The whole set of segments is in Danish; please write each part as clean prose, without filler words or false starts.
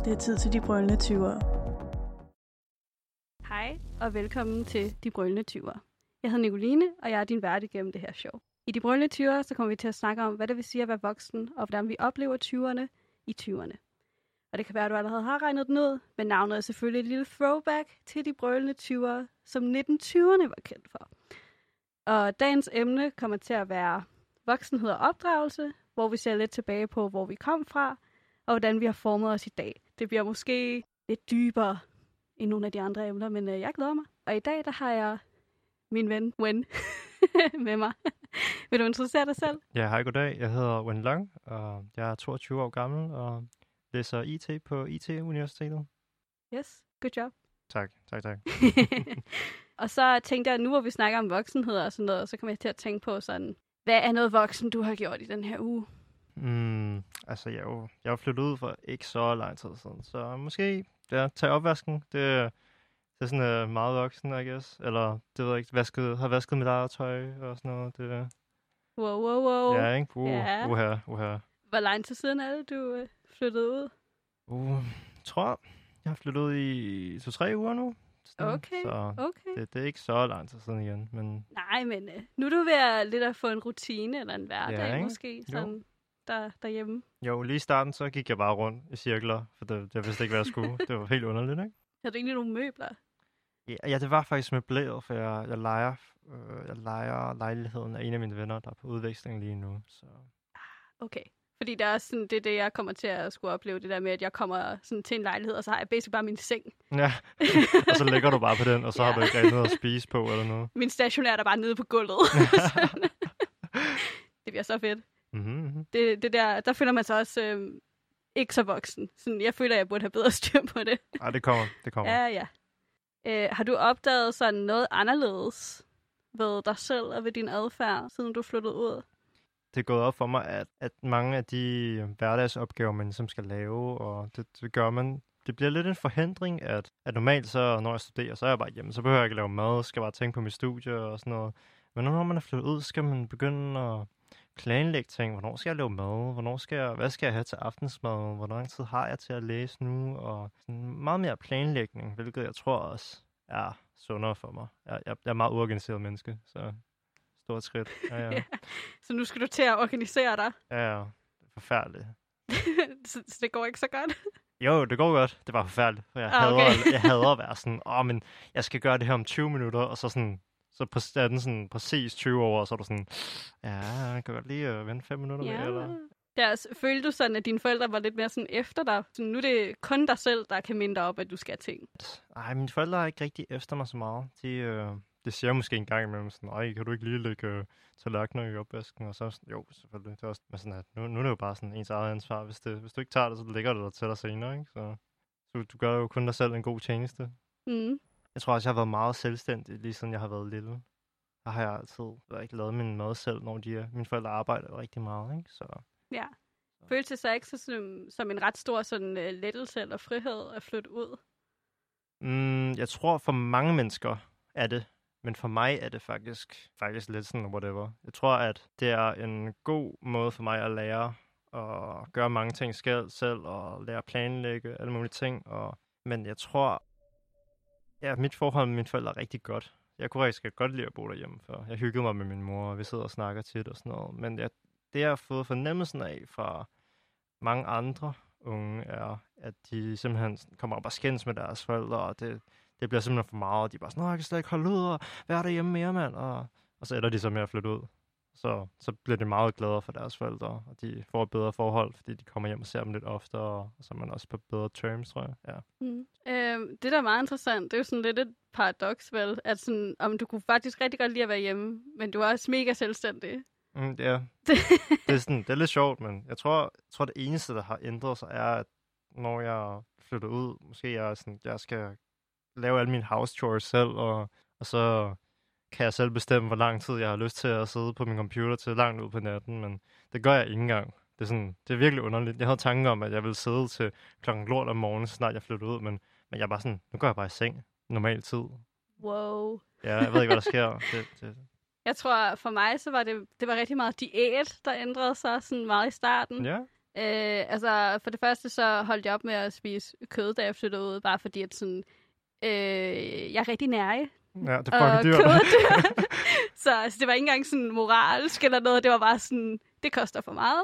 Det er tid til De Brølende 20'ere. Hej og velkommen til De Brølende 20'ere. Jeg hedder Nicoline, og jeg er din vært igennem det her show. I De Brølende 20'ere så kommer vi til at snakke om, hvad det vil sige at være voksen, og hvordan vi oplever 20'erne i 20'erne. Og det kan være, at du allerede har regnet den ud, men navnet er selvfølgelig et lille throwback til De Brølende 20'ere, som 1920'erne var kendt for. Og dagens emne kommer til at være voksenhed og opdragelse, hvor vi ser lidt tilbage på, hvor vi kom fra, og hvordan vi har formet os i dag. Det bliver måske lidt dybere end nogle af de andre emner, men jeg glæder mig. Og i dag, der har jeg min ven, Wen, med mig. Vil du introducere dig selv? Ja, hej, goddag. Jeg hedder Wen Long, og jeg er 22 år gammel og læser IT på IT-universitetet. Yes, good job. Tak. Og så tænkte jeg, nu hvor vi snakker om voksenhed og sådan noget, så kommer jeg til at tænke på sådan, hvad er noget voksen, du har gjort i den her uge? Altså, jeg er flyttet ud for ikke så lang tid siden, så måske tage opvasken. Det er sådan meget voksen, I guess. Eller, det ved jeg ikke, har vasket mit eget tøj og sådan noget. Det, Wow. Ja, ikke? Ja. Uha. Hvor lang tid siden er det, du flyttede ud? Tror jeg har flyttet ud i 2-3 uger nu. Okay. Det er ikke så lang tid siden igen, men... Nej, men nu er du ved lidt at få en rutine eller en hverdag måske, sådan derhjemme. Jo, lige i starten, så gik jeg bare rundt i cirkler, for jeg vidste ikke, hvad jeg skulle. Det var helt underligt, ikke? Havde du egentlig nogle møbler? Ja, det var faktisk møbleret, for jeg lejer lejligheden af en af mine venner, der er på udveksling lige nu. Så. Okay. Fordi det er også sådan, det, jeg kommer til at skulle opleve, det der med, at jeg kommer sådan til en lejlighed, og så har jeg basically bare min seng. Ja, og så ligger du bare på den, og så har du ikke rigtig noget at spise på eller noget. Min station er der bare nede på gulvet. Det bliver så fedt. Mm-hmm. Det der føler man sig også ikke så voksen. Sådan, jeg føler, at jeg burde have bedre styr på det. Ej, det kommer. Ja. Har du opdaget sådan noget anderledes ved dig selv og ved din adfærd, siden du flyttede ud? Det er gået op for mig, at mange af de hverdagsopgaver, man ligesom skal lave, og det gør man. Det bliver lidt en forhindring, at normalt så, når jeg studerer, så er jeg bare hjemme. Så behøver jeg ikke lave mad, skal bare tænke på mit studie og sådan noget. Men når man er flyttet ud, skal man begynde at planlægge ting. Hvornår skal jeg lave mad? Hvad skal jeg have til aftensmad? Hvor lang tid har jeg til at læse nu? Og sådan meget mere planlægning, hvilket jeg tror også er sundere for mig. Jeg er meget uorganiseret menneske, så stort skridt. Ja. Så nu skal du til at organisere dig? Ja, det er forfærdeligt. så det går ikke så godt? Jo, det går godt. Det var forfærdeligt. For jeg hader at være sådan, men jeg skal gøre det her om 20 minutter, og så er den sådan præcis 20 år, og så er du sådan, jeg kan godt lige vente 5 minutter mere, eller? Ja, følte du sådan, at dine forældre var lidt mere sådan efter dig? Så nu er det kun dig selv, der kan minde dig op, at du skal have ting. Nej, mine forældre er ikke rigtig efter mig så meget. Det siger jeg måske en gang imellem sådan, kan du ikke lige lægge tallerkener i opvasken? Og så sådan, jo, selvfølgelig. Det er også, men sådan, at nu er det jo bare sådan ens eget ansvar. Hvis du ikke tager det, så lægger det dig til dig senere, ikke? Så du gør jo kun dig selv en god tjeneste. Mm. Jeg tror også, jeg har været meget selvstændig, lige siden jeg har været lille. Der har jeg altid ikke lavet min mad selv, når mine forældre arbejder rigtig meget, ikke? Så. Ja. Føles det så ikke som en ret stor sådan, lettelse eller frihed at flytte ud? Jeg tror for mange mennesker er det, men for mig er det faktisk lidt sådan whatever. Jeg tror, at det er en god måde for mig at lære at gøre mange ting selv og lære at planlægge alle mulige ting. Men jeg tror, mit forhold med mine forældre er rigtig godt. Jeg kunne rigtig godt lide at bo derhjemme, for jeg hyggede mig med min mor, og vi sidder og snakker tit og sådan noget. Men det jeg har fået fornemmelsen af fra mange andre unge, er, at de simpelthen kommer op og skændes med deres forældre, og det bliver simpelthen for meget, og de er bare sådan, jeg kan slet ikke holde ud og være derhjemme mere, mand. Og så ender de så med at flytte ud. Så bliver de meget gladere for deres forældre, og de får et bedre forhold, fordi de kommer hjem og ser dem lidt oftere, og så er man også på bedre terms, tror jeg. Ja. Det, der er meget interessant, det er jo sådan lidt et paradoks, vel? At sådan, om du kunne faktisk rigtig godt lide at være hjemme, men du er også mega selvstændig. Ja, det er lidt sjovt, men jeg tror, det eneste, der har ændret sig, er, at når jeg flytter ud, måske jeg skal lave alle mine house chores selv, og så kan jeg selv bestemme, hvor lang tid jeg har lyst til at sidde på min computer til langt ud på natten, men det gør jeg ikke engang. Det er virkelig underligt. Jeg havde tanker om, at jeg ville sidde til klokken lort om morgenen, så snart jeg flyttede ud, men jeg er bare sådan, nu går jeg bare i seng, normal tid. Wow. Ja, jeg ved ikke, hvad der sker. Jeg tror, for mig, så var det var rigtig meget diæt, der ændrede sig sådan meget i starten. Ja. Altså, for det første så holdt jeg op med at spise kød, da jeg flyttede ud, bare fordi, at sådan, jeg er rigtig nærig. Ja, det er fucking dyrt. Køddyr. Så altså, det var ikke engang sådan moralsk eller noget, det var bare sådan, det koster for meget.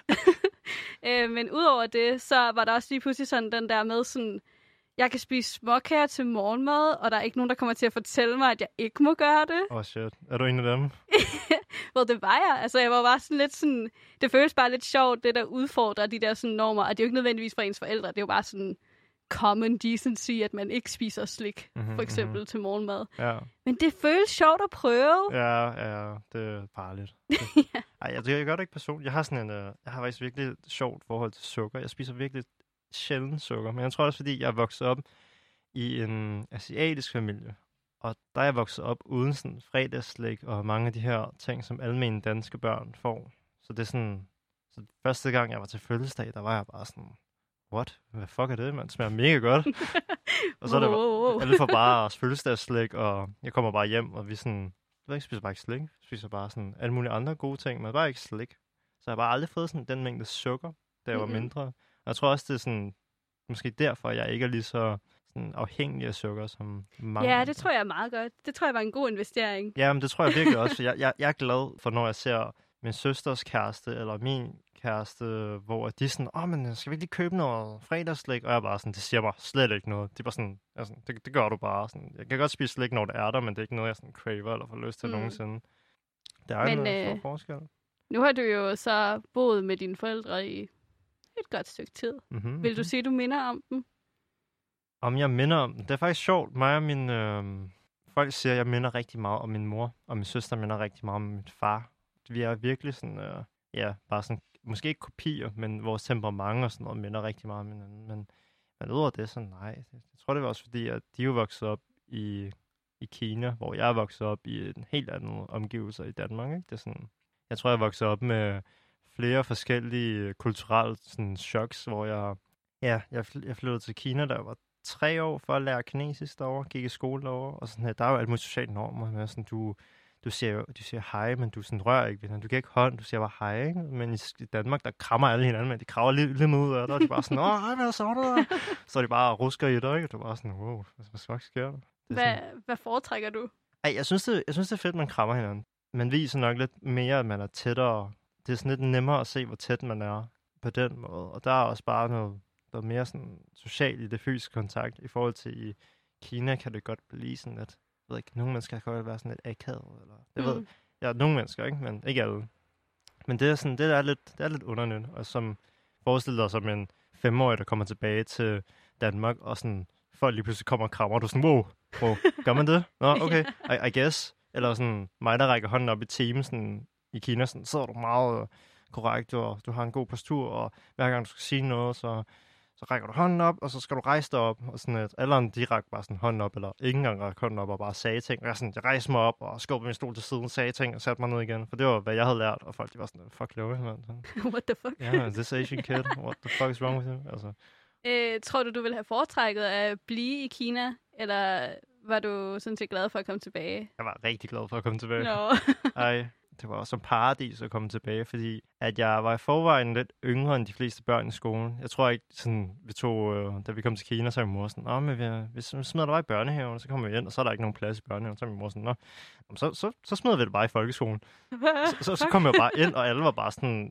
Men udover det, så var der også lige pludselig sådan den der med sådan, jeg kan spise småkager til morgenmad, og der er ikke nogen, der kommer til at fortælle mig, at jeg ikke må gøre det. Shit. Er du en af dem? Well, det var jeg. Altså, jeg var bare sådan lidt sådan, det føles bare lidt sjovt, det der udfordrer de der sådan normer, og det er jo ikke nødvendigvis for ens forældre, det er jo bare sådan common decency, at man ikke spiser slik, for eksempel til morgenmad. Ja. Men det føles sjovt at prøve. Ja, det er farligt. Ja. Ej, jeg gør det ikke personligt. Jeg har faktisk virkelig et sjovt forhold til sukker. Jeg spiser virkelig sjældent sukker, men jeg tror også, fordi jeg er vokset op i en asiatisk familie, og der er jeg vokset op uden sådan fredagsslik og mange af de her ting, som almindelige danske børn får. Så det er sådan, så første gang jeg var til fødselsdag, der var jeg bare sådan, what? Hvad fuck er det, man? Det smager mega godt. Og så er det alle får bare fødselsdagsslik, og jeg kommer bare hjem, og vi sådan, jeg spiser bare ikke slik. Jeg spiser bare sådan alle mulige andre gode ting, men bare ikke slik. Så jeg har bare aldrig fået sådan den mængde sukker, da jeg var mindre. Og jeg tror også, det er sådan, måske derfor, jeg ikke er lige så sådan afhængig af sukker som mange. Ja, det tror jeg er meget godt. Det tror jeg var en god investering. Ja, men det tror jeg virkelig også. Jeg er glad for, når jeg ser min søsters kæreste, eller min kæreste, hvor de er sådan, men skal vi ikke lige købe noget fredagsslik? Og jeg er bare sådan, det siger mig slet ikke noget. De er bare sådan, altså, det gør du bare. Sådan, jeg kan godt spise slik, når det er der, men det er ikke noget, jeg sådan craver eller får lyst til nogensinde. Det er jo en stor forskel. Nu har du jo så boet med dine forældre i et godt stykke tid. Vil du sige, du minder om dem? Om jeg minder om dem? Det er faktisk sjovt. Mig og min... folk siger, at jeg minder rigtig meget om min mor, og min søster minder rigtig meget om min far. Vi er virkelig sådan... bare sådan... Måske ikke kopier, men vores temperament og sådan noget minder rigtig meget om hinanden. Men udover det, så nej. Jeg tror, det var også fordi, at de er vokset op i Kina, hvor jeg er vokset op i en helt anden omgivelser i Danmark. Ikke? Det er sådan... Jeg tror, jeg er vokset op med flere forskellige kulturelle sådan, choks, hvor jeg flyttede til Kina, da jeg var 3 år for at lære kinesisk derovre, gik i skole derovre, og sådan her, der er jo alle mulige sociale normer med, sådan, du siger hej, men du sådan rører ikke ved den, du giver ikke hånd, du siger bare hej, ikke? Men i Danmark, der krammer alle hinanden, men de kraver lidt ud af dig, og de er bare sådan, hej, hvad så der? Så er de bare rusker i dig, ikke? Du er bare sådan, wow, hvad sker der? Hvad foretrækker du? Jeg synes, det er fedt, man krammer hinanden. Man viser nok lidt mere, at man er tættere. Det er sådan lidt nemmere at se, hvor tæt man er på den måde. Og der er også bare noget mere sådan socialt i det fysiske kontakt. I forhold til i Kina kan det godt blive sådan lidt, jeg ved ikke, nogle mennesker kan godt være sådan lidt akavet. Eller, det ved jeg, nogle mennesker, ikke? Men ikke alle. Men det er sådan, det er lidt underligt. Og som forestiller dig som en 5-årig, der kommer tilbage til Danmark, og sådan, folk lige pludselig kommer og krammer, og du er sådan, wow, gør man det? Nå, okay, I guess. Eller sådan mig, der rækker hånden op i team sådan, i Kina, sådan, så er du meget korrekt, og du har en god postur, og hver gang du skal sige noget, så rækker du hånden op, og så skal du rejse dig op, og sådan et. Eller de rækker bare sådan hånden op, eller ikke engang rækker hånden op, og bare sagde ting. Og jeg rejste mig op, og skubbede min stol til siden, sagde ting, og satte mig ned igen. For det var, hvad jeg havde lært, og folk de var sådan, fuck, laver jeg, mand. What the fuck? Ja, man, this Asian kid, what the fuck is wrong with him? Altså. Tror du ville have foretrækket at blive i Kina, eller var du sådan set glad for at komme tilbage? Jeg var rigtig glad for at komme tilbage. No. Ej, det var også som paradis at komme tilbage, fordi at jeg var i forvejen lidt yngre end de fleste børn i skolen. Jeg tror ikke, sådan, da vi kom til Kina, så var min mor sådan, men vi smider dig bare i børnehaven, så kommer vi ind, og så er der ikke nogen plads i børnehaven. Så er min mor sådan, så smider vi det bare i folkeskolen. så kom jeg bare ind, og alle var bare sådan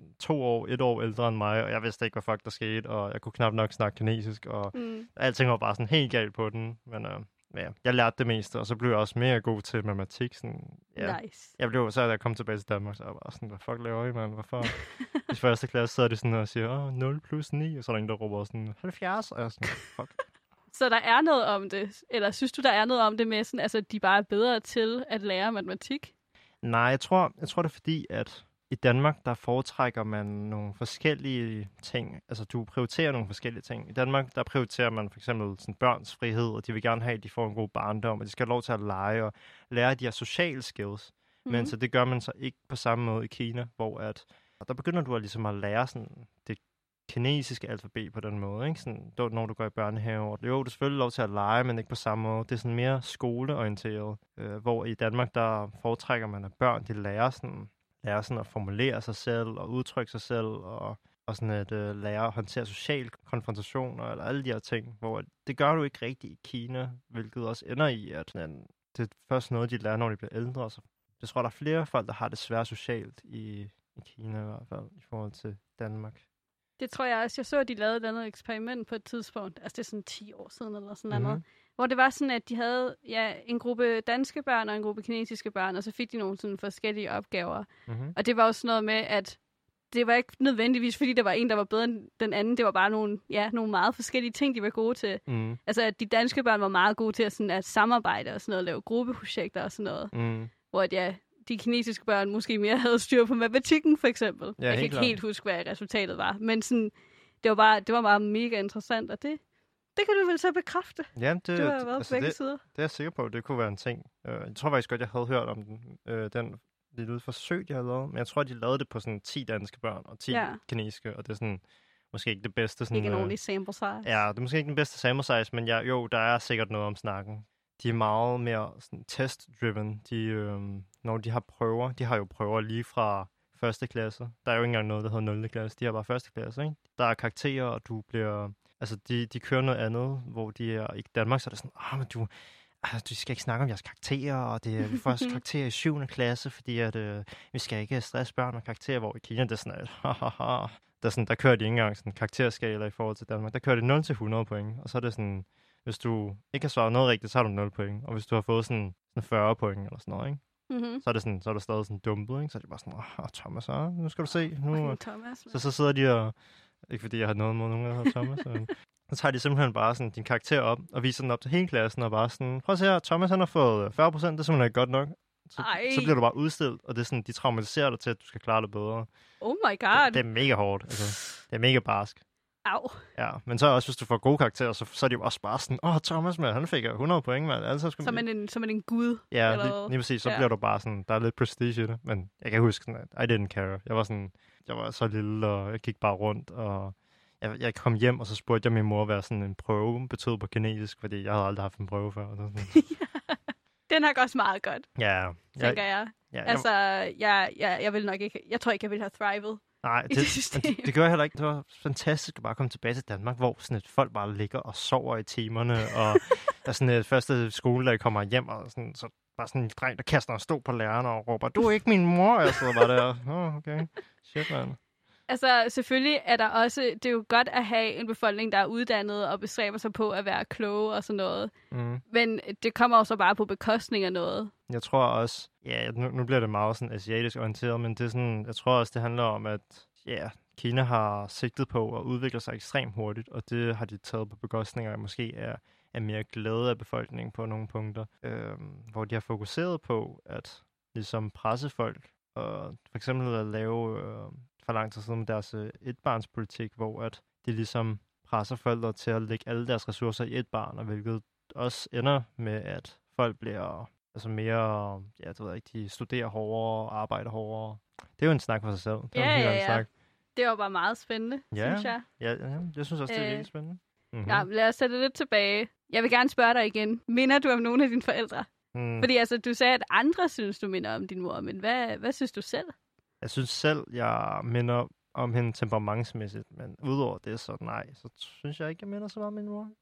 1 år ældre end mig, og jeg vidste ikke, hvad fuck der skete, og jeg kunne knap nok snakke kinesisk, og alting var bare sådan helt galt på den, men jeg lærte det meste, og så blev jeg også mere god til matematik. Sådan, Nice. Jeg blev så, da jeg kom tilbage til Danmark, så jeg var sådan, hvad fuck laver I, mand? Hvorfor? I første klasse sidder de sådan og siger, 0 plus 9, og så er der en, der råber sådan, 70, og jeg er sådan, fuck. Så der er noget om det, eller synes du, der er noget om det med, sådan, altså, de bare er bedre til at lære matematik? Nej, jeg tror det er fordi, at i Danmark, der foretrækker man nogle forskellige ting. Altså, du prioriterer nogle forskellige ting. I Danmark, der prioriterer man for eksempel sådan børns frihed, og de vil gerne have, at de får en god barndom, og de skal have lov til at lege og lære de her sociale skills. Men så det gør man så ikke på samme måde i Kina, hvor der begynder du ligesom at lære sådan det kinesiske alfabet på den måde, ikke? Sådan, når du går i børnehave. Og jo, du er selvfølgelig lov til at lege, men ikke på samme måde. Det er sådan mere skoleorienteret, hvor i Danmark, der foretrækker man, at børn, de lærer sådan at formulere sig selv og udtrykke sig selv og og sådan at lære at håndtere social konfrontationer, eller alle de her ting, hvor det gør du ikke rigtigt i Kina, hvilket også ender i, at det er først noget, de lærer, når de bliver ældre. Så jeg tror, der er flere folk, der har det svært socialt i Kina i hvert fald, i forhold til Danmark. Det tror jeg også. Jeg så, at de lavede et andet eksperiment på et tidspunkt. Altså, det er sådan 10 år siden eller sådan noget. Hvor det var sådan, at de havde en gruppe danske børn og en gruppe kinesiske børn, og så fik de nogle sådan forskellige opgaver. Og det var også noget med, at det var ikke nødvendigvis, fordi der var en, der var bedre end den anden. Det var bare nogle meget forskellige ting, de var gode til. Altså, at de danske børn var meget gode til at samarbejde og sådan noget, lave gruppeprojekter og sådan noget. Hvor de kinesiske børn måske mere havde styr på matematikken, for eksempel. Ja, jeg kan ikke helt huske, hvad resultatet var. Men sådan, det var bare mega interessant, og det kan du vel så bekræfte. Ja, det har været altså begge sider. Det er jeg sikker på, det kunne være en ting. Jeg tror faktisk godt, jeg havde hørt om den lille forsøg, de havde lavet. Men jeg tror, de lavede det på sådan 10 danske børn og 10 kinesiske, og det er sådan måske ikke det bedste. Sådan, ikke en ordentlig sample size. Ja, det er måske ikke den bedste sample size, men der er sikkert noget om snakken. De er meget mere sådan, test-driven. Når de har prøver, de har jo prøver lige fra 1. klasse. Der er jo ikke engang noget, der hedder 0. klasse. De har bare 1. klasse, ikke? Der er karakterer, og du bliver... Altså, de kører noget andet, hvor de er... I Danmark, så er det sådan, men du skal ikke snakke om jeres karakterer, og vi får også karakterer i 7. klasse, fordi vi skal ikke stresse børn med karakterer, hvor i Kina, det er sådan, der kører de ikke engang sådan karakterskala i forhold til Danmark. Der kører de 0 til 100 point, og så er det sådan... Hvis du ikke har svaret noget rigtigt, så har du 0 point. Og hvis du har fået sådan 40 point eller sådan noget, ikke? Så er det stadig sådan dumpet, ikke? Så er det bare sådan, Thomas, nu skal du se. Thomas, så sidder de og... Ikke fordi jeg har noget mod nogen, der hedder Thomas. Så tager de simpelthen bare sådan din karakter op, og viser den op til hele klassen, og bare sådan, prøv at se her, Thomas han har fået 40%, det er simpelthen ikke godt nok. Så bliver du bare udstillet, og det er sådan, de traumatiserer dig til, at du skal klare det bedre. Oh my god. Det er mega hårdt, altså. Det er mega barsk. Au. Ja, men så også, hvis du får gode karakterer, så er de jo også bare sådan, Thomas, man, han fik 100 point, man. Altså, så er man en gud. Ja, lige præcis, så bliver du bare sådan, der er lidt prestige i det, men jeg kan huske sådan, at I didn't care. Jeg var så lille, og jeg gik bare rundt, og jeg kom hjem, og så spurgte jeg min mor, hvad sådan en prøve betød på kinesisk, fordi jeg havde aldrig haft en prøve før. Det er nok også meget godt, tænker jeg. Ja, altså, jeg vil nok ikke, jeg tror ikke, jeg ville have thrivet. Nej, det gør jeg heller ikke. Det var fantastisk at bare komme tilbage til Danmark, hvor sådan et folk bare ligger og sover i timerne, og der er sådan et første skoledag kommer hjem, og sådan, så bare sådan en dreng, der kaster en stol på læreren og råber, du er ikke min mor, jeg sidder bare der. Okay, shit, man. Altså, selvfølgelig er der også, det er jo godt at have en befolkning, der er uddannet og bestræber sig på at være kloge og sådan noget. Men det kommer også bare på bekostning af noget. Jeg tror også, nu bliver det meget sådan asiatisk orienteret, men det er sådan, jeg tror også, det handler om, at Kina har sigtet på at udvikle sig ekstremt hurtigt, og det har de taget på bekostning af, måske er mere glæde af befolkningen på nogle punkter, hvor de har fokuseret på at ligesom presse folk, og for eksempel at lave for lang tid siden med deres etbarnspolitik, hvor at de ligesom presser forældre til at lægge alle deres ressourcer i et barn, og hvilket også ender med, at folk bliver altså mere, det ved jeg ikke, de studerer hårdere og arbejder hårdere. Det er jo en snak for sig selv. Det ja. Det var bare meget spændende, synes jeg. Ja, jeg synes også, det er virkelig spændende. Ja, lad os sætte det lidt tilbage. Jeg vil gerne spørge dig igen. Minder du om nogle af dine forældre? Fordi altså, du sagde, at andre synes, du minder om din mor, men hvad synes du selv? Jeg synes selv, jeg minder om hende temperamentsmæssigt, men udover det, så nej, så synes jeg ikke, jeg minder så meget om min mor.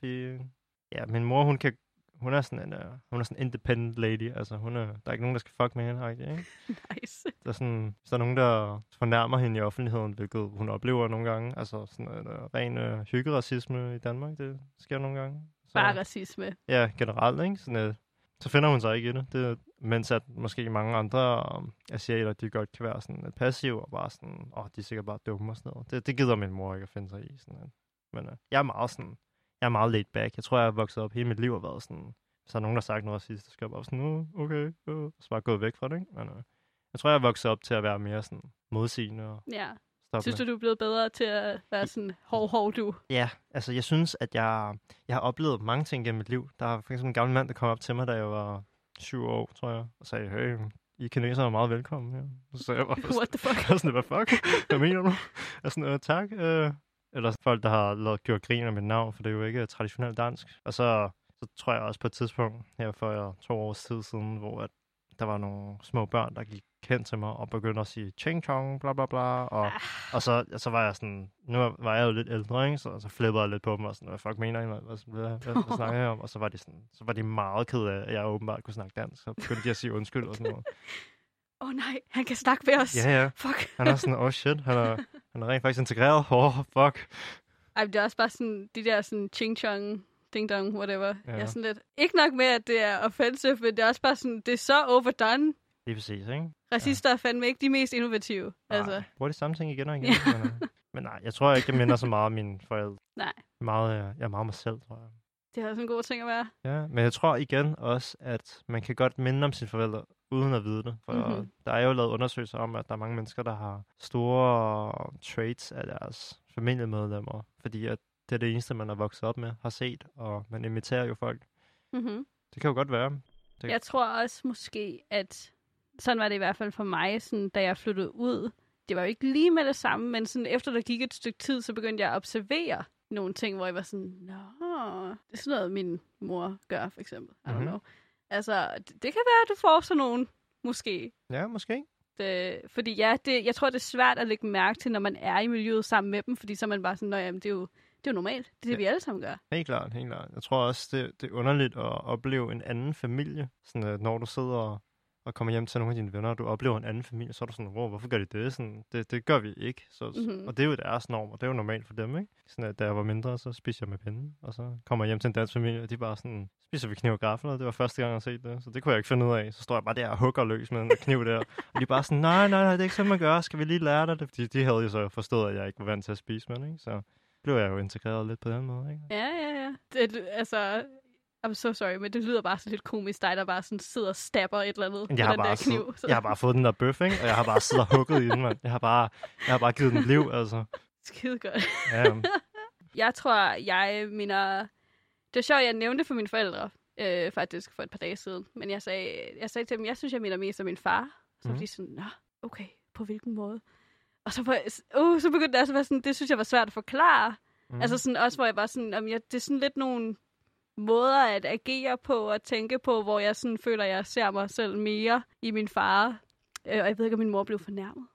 Min mor, hun er sådan en independent lady, altså der er ikke nogen, der skal fuck med hende, ikke? Nice. Der er sådan, hvis der er nogen, der fornærmer hende i offentligheden, hvilket hun oplever nogle gange, altså sådan en ren hyggeracisme i Danmark, det sker nogle gange. Så, bare racisme. Ja, generelt, ikke? Sådan, så finder hun sig ikke i det. Mens at måske mange andre asiater, de godt kan være sådan lidt passive og bare sådan, de er sikkert bare dumme og sådan noget. Det gider min mor ikke at finde sig i. Sådan, men jeg er meget laid back. Jeg tror, jeg er vokset op hele mit liv og været sådan, hvis der er nogen, der har sagt noget sidst, så skal jeg bare sådan, okay, så bare gået væk fra det, ikke? Men jeg tror, jeg er vokset op til at være mere sådan modsigende og Synes du er blevet bedre til at være sådan hård du? Ja, altså jeg synes, at jeg har oplevet mange ting gennem mit liv. Der er for eksempel en gammel mand, der kom op til mig, da jeg var 7 år, tror jeg, og sagde, hey, I kinesere er meget velkommen. Ja. Så sagde jeg bare, what the fuck? Sådan, hvad fuck? Hvad mener du? Jeg sådan, tak. Eller folk, der har gjort grin af mit navn, for det er jo ikke traditionelt dansk. Og så tror jeg også på et tidspunkt, her for 2 års tid siden, hvor at der var nogle små børn, der gik hen til mig og begyndte at sige ching chong, bla bla bla, og så var jeg sådan, nu var jeg jo lidt ældre, ikke? Så flippede jeg lidt på dem og sådan, hvad fuck mener I, hvad snakker jeg om? Og så var de meget ked af, at jeg åbenbart kunne snakke dansk, så begyndte de at sige undskyld og sådan noget. Nej, han kan snakke med os. Ja. Fuck. Han er sådan, shit, han er rent faktisk integreret. Fuck. Ej, det er også bare sådan, de der sådan ching-chong, ding-dong, whatever. Ja. Jeg er sådan lidt, ikke nok med, at det er offensive, men det er også bare sådan, det er så overdone. Lige præcis, ikke? Racister er fandme ikke de mest innovative. Nej, altså. Bruger de samme ting igen og igen. Men nej, jeg tror ikke, det minder så meget om mine forældre. Nej. Jeg er meget mig selv, tror jeg. Det er også en god ting at være. Ja, men jeg tror igen også, at man kan godt minde om sine forældre, uden at vide det. For der er jo lavet undersøgelser om, at der er mange mennesker, der har store traits af deres familiemedlemmer. Fordi at det er det eneste, man er vokset op med, har set, og man imiterer jo folk. Mm-hmm. Det kan jo godt være. Jeg tror også måske, at sådan var det i hvert fald for mig, sådan, da jeg flyttede ud. Det var jo ikke lige med det samme, men sådan, efter der gik et stykke tid, så begyndte jeg at observere nogle ting, hvor jeg var sådan, det er sådan noget, min mor gør, for eksempel. I don't know. Altså, det kan være, at du får sådan nogen, måske. Ja, måske. Fordi jeg tror, det er svært at lægge mærke til, når man er i miljøet sammen med dem, fordi så er man bare sådan, jamen, det er jo normalt. Det er det, vi alle sammen gør. Helt klart. Jeg tror også, det er underligt at opleve en anden familie. Sådan, at når du sidder og kommer hjem til nogle af dine venner, og du oplever en anden familie, så er du sådan, hvorfor gør de det? Sådan, det gør vi ikke. Og det er jo deres norm, og det er jo normalt for dem, ikke? Sådan, at da jeg var mindre, så spiser jeg med pinden, og så kommer jeg hjem til en dansk familie, og de bare sådan, spiser vi kniv og gaffel, og det var første gang, jeg har set det, så det kunne jeg ikke finde ud af. Så står jeg bare der og hugger løs med en kniv der, og de bare sådan, nej, det er ikke sådan, man gør, skal vi lige lære dig det? Fordi de havde jo så forstået, at jeg ikke var vant til at spise med, ikke? Så blev jeg jo integreret lidt på den måde, ikke? Ja. Altså, I'm so sorry, men det lyder bare så lidt komisk, dig der bare sådan sidder og stabber et eller andet med den der kniv. Jeg har bare fået den der bøf, ikke? Og jeg har bare siddet og hugget i den, mand. Jeg har bare givet den liv, altså. Skide godt. Ja. Jeg tror, det var sjovt, jeg nævnte for mine forældre, faktisk for et par dage siden. Men jeg sagde til dem, jeg synes, jeg minder mest om min far. Så var de sådan, okay, på hvilken måde? Og så begyndte det altså at være sådan, det synes jeg var svært at forklare. Altså sådan også, hvor jeg var sådan, det er sådan lidt nogle måder at agere på og tænke på, hvor jeg sådan føler, at jeg ser mig selv mere i min far. Og jeg ved ikke, om min mor blev fornærmet.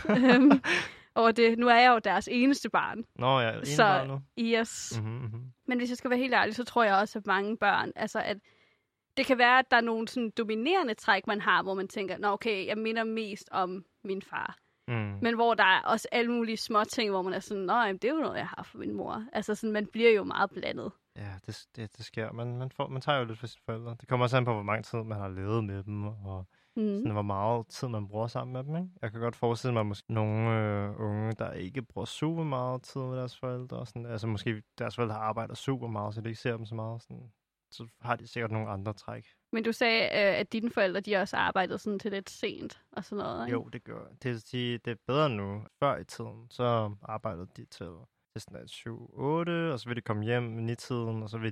over det. Nu er jeg jo deres eneste barn. Nå ja, ene barn nu. Yes. Men hvis jeg skal være helt ærlig, så tror jeg også, at mange børn, altså at det kan være, at der er nogle sådan dominerende træk, man har, hvor man tænker, nå okay, jeg minder mest om min far. Men hvor der er også alle mulige små ting, hvor man er sådan, nå, jamen, det er jo noget, jeg har for min mor. Altså sådan, man bliver jo meget blandet. Ja, det sker. Man tager jo lidt for sine forældre. Det kommer også an på, hvor lang tid man har levet med dem, og sådan, hvor meget tid man bruger sammen med dem. Ikke? Jeg kan godt forestille mig måske nogle unge, der ikke bruger super meget tid med deres forældre. Sådan, altså måske deres forældre arbejder super meget, så de ikke ser dem så meget. Sådan, så har de sikkert nogle andre træk. Men du sagde, at dine forældre, de også arbejdede sådan til lidt sent og sådan noget, ikke? Jo, det gør det er bedre nu. Før i tiden, så arbejdede de til sådan 7-8, og så vil de komme hjem i 9-tiden, og så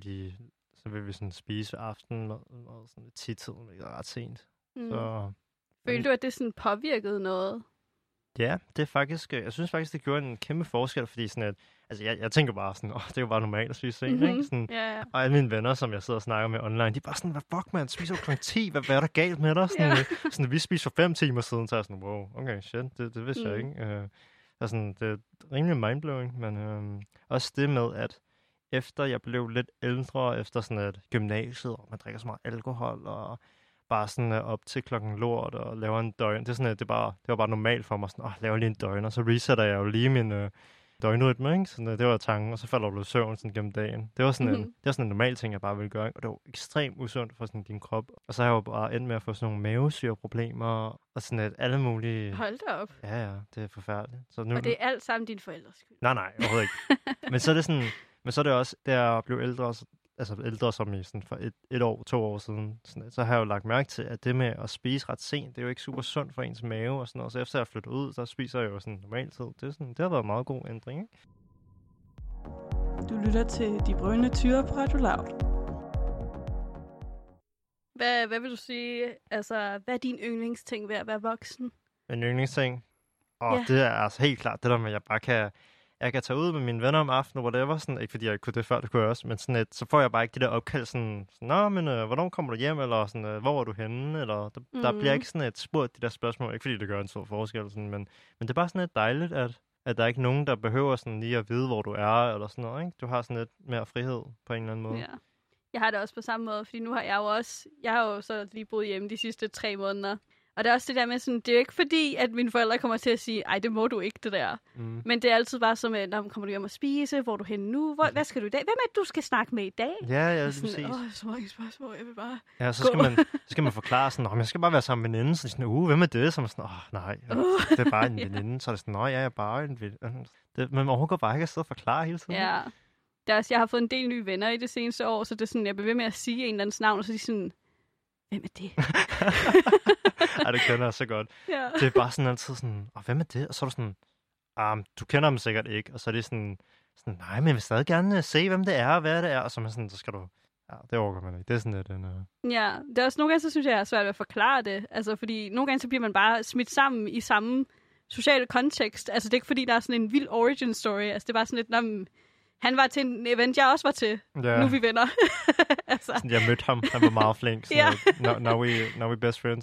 vil vi sådan spise aften og sådan ved 10-tiden, hvilket er ret sent. Så, følte du, at det sådan påvirkede noget? Ja, det er faktisk, jeg synes faktisk, det gjorde en kæmpe forskel, fordi sådan at, altså jeg tænker bare sådan, det er jo bare normalt at spise sent, ikke? Sådan, yeah. Og alle mine venner, som jeg sidder og snakker med online, de er bare sådan, hvad fuck man, spiser jo kl. 10, hvad er der galt med dig? Sådan, sådan, vi spiser for 5 timer siden, så er jeg sådan, wow, okay, shit, det vidste jeg ikke. Sådan, det er rimelig mindblowing, men også det med, at efter jeg blev lidt ældre, efter sådan et gymnasiet, og man drikker så meget alkohol, og bare sådan op til klokken lort og laver en døgn. Det er sådan, at det var bare normalt for mig, sådan, laver lige en døgn, og så resetter jeg jo lige min døgnrytme, ikke? Sådan, det var tanken, og så falder du i søvn sådan gennem dagen. Det var sådan, en normal ting, jeg bare ville gøre, ikke? Og det var ekstremt usundt for sådan din krop. Og så har jeg jo bare endt med at få sådan nogle mavesyreproblemer, og sådan at alle mulige... Hold da op. Ja, det er forfærdeligt. Så nu... Og det er alt sammen dine forældres skyld? Nej, overhovedet ikke. Men så er det sådan... Men så er det også, da jeg blev ældre, altså ældre som i sådan for et år, 2 år siden, sådan, så har jeg jo lagt mærke til, at det med at spise ret sent, det er jo ikke super sundt for ens mave og sådan noget. Så efter jeg flyttet ud, så spiser jeg jo sådan normalt tid. Det har været en meget god ændring, ikke? Du lytter til De Brølende Tyre på Radio Loud. Hvad vil du sige, altså, hvad er din yndlingsting ved at være voksen? En yndlingsting? Det er altså helt klart det der med, at jeg bare kan jeg kan tage ud med mine venner om aftenen, whatever, sådan, ikke fordi jeg ikke kunne det før, det kunne jeg også, men sådan så får jeg bare ikke det der opkald, sådan nå, men hvornår kommer du hjem, eller sådan, hvor er du henne, eller der bliver ikke sådan et spurgt de der spørgsmål, ikke fordi det gør en stor forskel, sådan, men det er bare sådan lidt dejligt, at der er ikke nogen, der behøver sådan lige at vide, hvor du er, eller sådan noget, ikke? Du har sådan lidt mere frihed på en eller anden måde. Ja. Jeg har det også på samme måde, fordi nu har jeg har jo så lige boet hjemme de sidste 3 måneder. Og det er også det der med sådan, det er jo ikke fordi, at mine forældre kommer til at sige, ej, det må du ikke, det der. Men det er altid bare som, når kommer du hjem og spise, hvor er du henne nu, hvad skal du i dag? Hvem er det, du skal snakke med i dag? Ja, præcis. Så mange spørgsmål, jeg vil bare ja, så skal man forklare sådan, jeg skal bare være sammen med en veninde, så sådan, hvem er det? Så man sådan, nej, det er bare en veninde. Så er det sådan, jeg er bare en veninde. Man overgår bare ikke at sidde og forklare hele tiden. Ja, jeg har fået en del nye venner i det seneste år, så det er sådan, jeg bliver ved med at sige en eller andens navn, og så er de sådan, hvem er det? Ej, det kender jeg så godt. Ja. Det er bare sådan altid sådan, hvem er det? Og så er du sådan, du kender dem sikkert ikke. Og så er det sådan, nej, men jeg vil stadig gerne se, hvem det er, og hvad det er. Og så er man sådan, så skal du, det overgår man ikke. Det er sådan lidt Ja, det er også nogle gange, så synes jeg er svært at forklare det. Altså, fordi nogle gange, så bliver man bare smidt sammen i samme sociale kontekst. Altså, det er ikke fordi, der er sådan en vild origin story. Altså, det er bare sådan lidt, han var til en event, jeg også var til. Ja. Nu er vi venner. Altså. Sådan, jeg mødte ham. Han var meget flink. Ja. Now we best friends.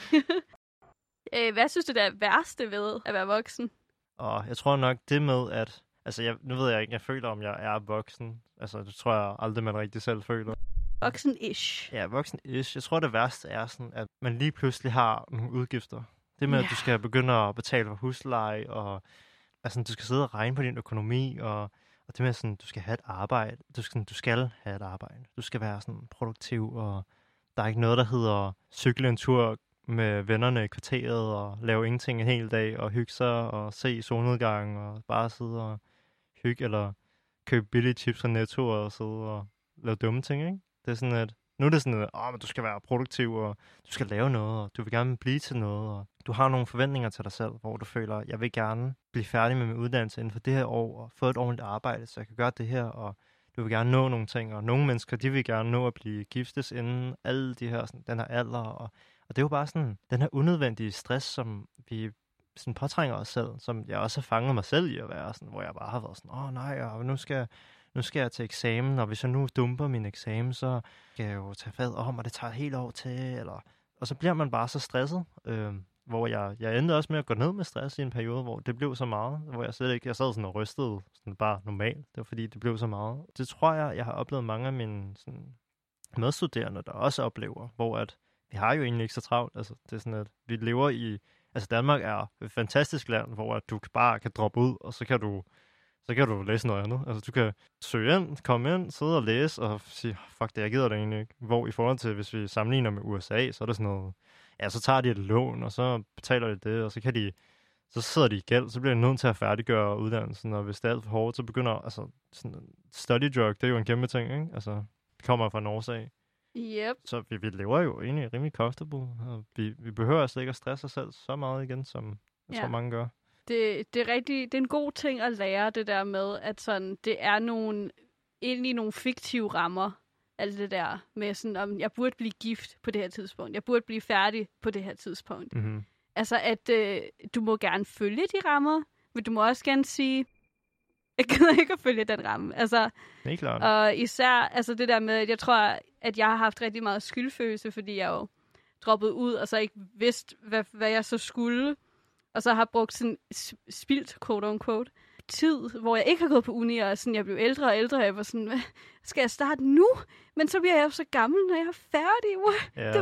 Hvad synes du, der er værste ved at være voksen? Jeg tror nok det med, at... Altså, nu ved jeg ikke, jeg føler, om jeg er voksen. Altså, det tror jeg aldrig, man rigtig selv føler. Voksen-ish. Ja, voksen-ish. Jeg tror, det værste er sådan, at man lige pludselig har nogle udgifter. Det med, at du skal begynde at betale for husleje, og altså, du skal sidde og regne på din økonomi, og det med sådan, du skal have et arbejde. Du skal have et arbejde. Du skal være sådan produktiv, og der er ikke noget, der hedder cykle en tur med vennerne i kvarteret, og lave ingenting en hel dag, og hygge sig, og se solnedgang, og bare sidde og hygge, eller købe billige chips fra Netto, og sidde og lave dumme ting, ikke? Det er sådan, at nu er det sådan, at men du skal være produktiv, og du skal lave noget, og du vil gerne blive til noget, og du har nogle forventninger til dig selv, hvor du føler, jeg vil gerne blive færdig med min uddannelse inden for det her år, og få et ordentligt arbejde, så jeg kan gøre det her, og du vil gerne nå nogle ting, og nogle mennesker, de vil gerne nå at blive giftes inden alle de her, sådan, den her alder, og det er jo bare sådan, den her unødvendige stress, som vi sådan påtrænger os selv, som jeg også har fanget mig selv i at være, sådan, hvor jeg bare har været sådan, nej, og nu skal jeg til eksamen, og hvis jeg nu dumper min eksamen, så skal jeg jo tage fat om, og det tager et helt år til, og så bliver man bare så stresset, hvor jeg endte også med at gå ned med stress i en periode, hvor det blev så meget, hvor jeg sad sådan og rystede sådan bare normalt, det var fordi det blev så meget. Det tror jeg har oplevet mange af mine sådan, medstuderende, der også oplever, hvor at vi har jo egentlig ikke så travlt, altså det er sådan, at vi lever i, altså Danmark er et fantastisk land, hvor at du bare kan droppe ud, og så kan du læse noget andet. Altså, du kan søge ind, komme ind, sidde og læse, og sige, fuck det, jeg gider det egentlig ikke. Hvor i forhold til, hvis vi sammenligner med USA, så er det sådan noget, så tager de et lån, og så betaler de det, og så sidder de i gæld, så bliver de nødt til at færdiggøre uddannelsen, og hvis det er alt for hårdt, så begynder, altså, sådan study drug, det er jo en kæmpe ting, ikke? Altså, det kommer fra en årsag. Yep. Så vi lever jo egentlig rimelig comfortable, og vi behøver altså ikke at stresse os selv så meget igen, som jeg tror, mange gør. Det er en god ting at lære det der med, at sådan, det er nogle fiktive rammer, alt det der med sådan, om jeg burde blive gift på det her tidspunkt, jeg burde blive færdig på det her tidspunkt. Mm-hmm. Altså, at du må gerne følge de rammer, men du må også gerne sige, jeg gider ikke at følge den ramme. Altså, det er klart. Og især altså det der med, at jeg tror, at jeg har haft rigtig meget skyldfølelse, fordi jeg jo droppet ud, og så ikke vidste, hvad jeg så skulle. Og så har brugt sådan spildt, quote unquote, tid, hvor jeg ikke har gået på uni, og sådan, jeg blev ældre og ældre, og jeg var sådan, skal jeg starte nu? Men så bliver jeg jo så gammel, når jeg er færdig.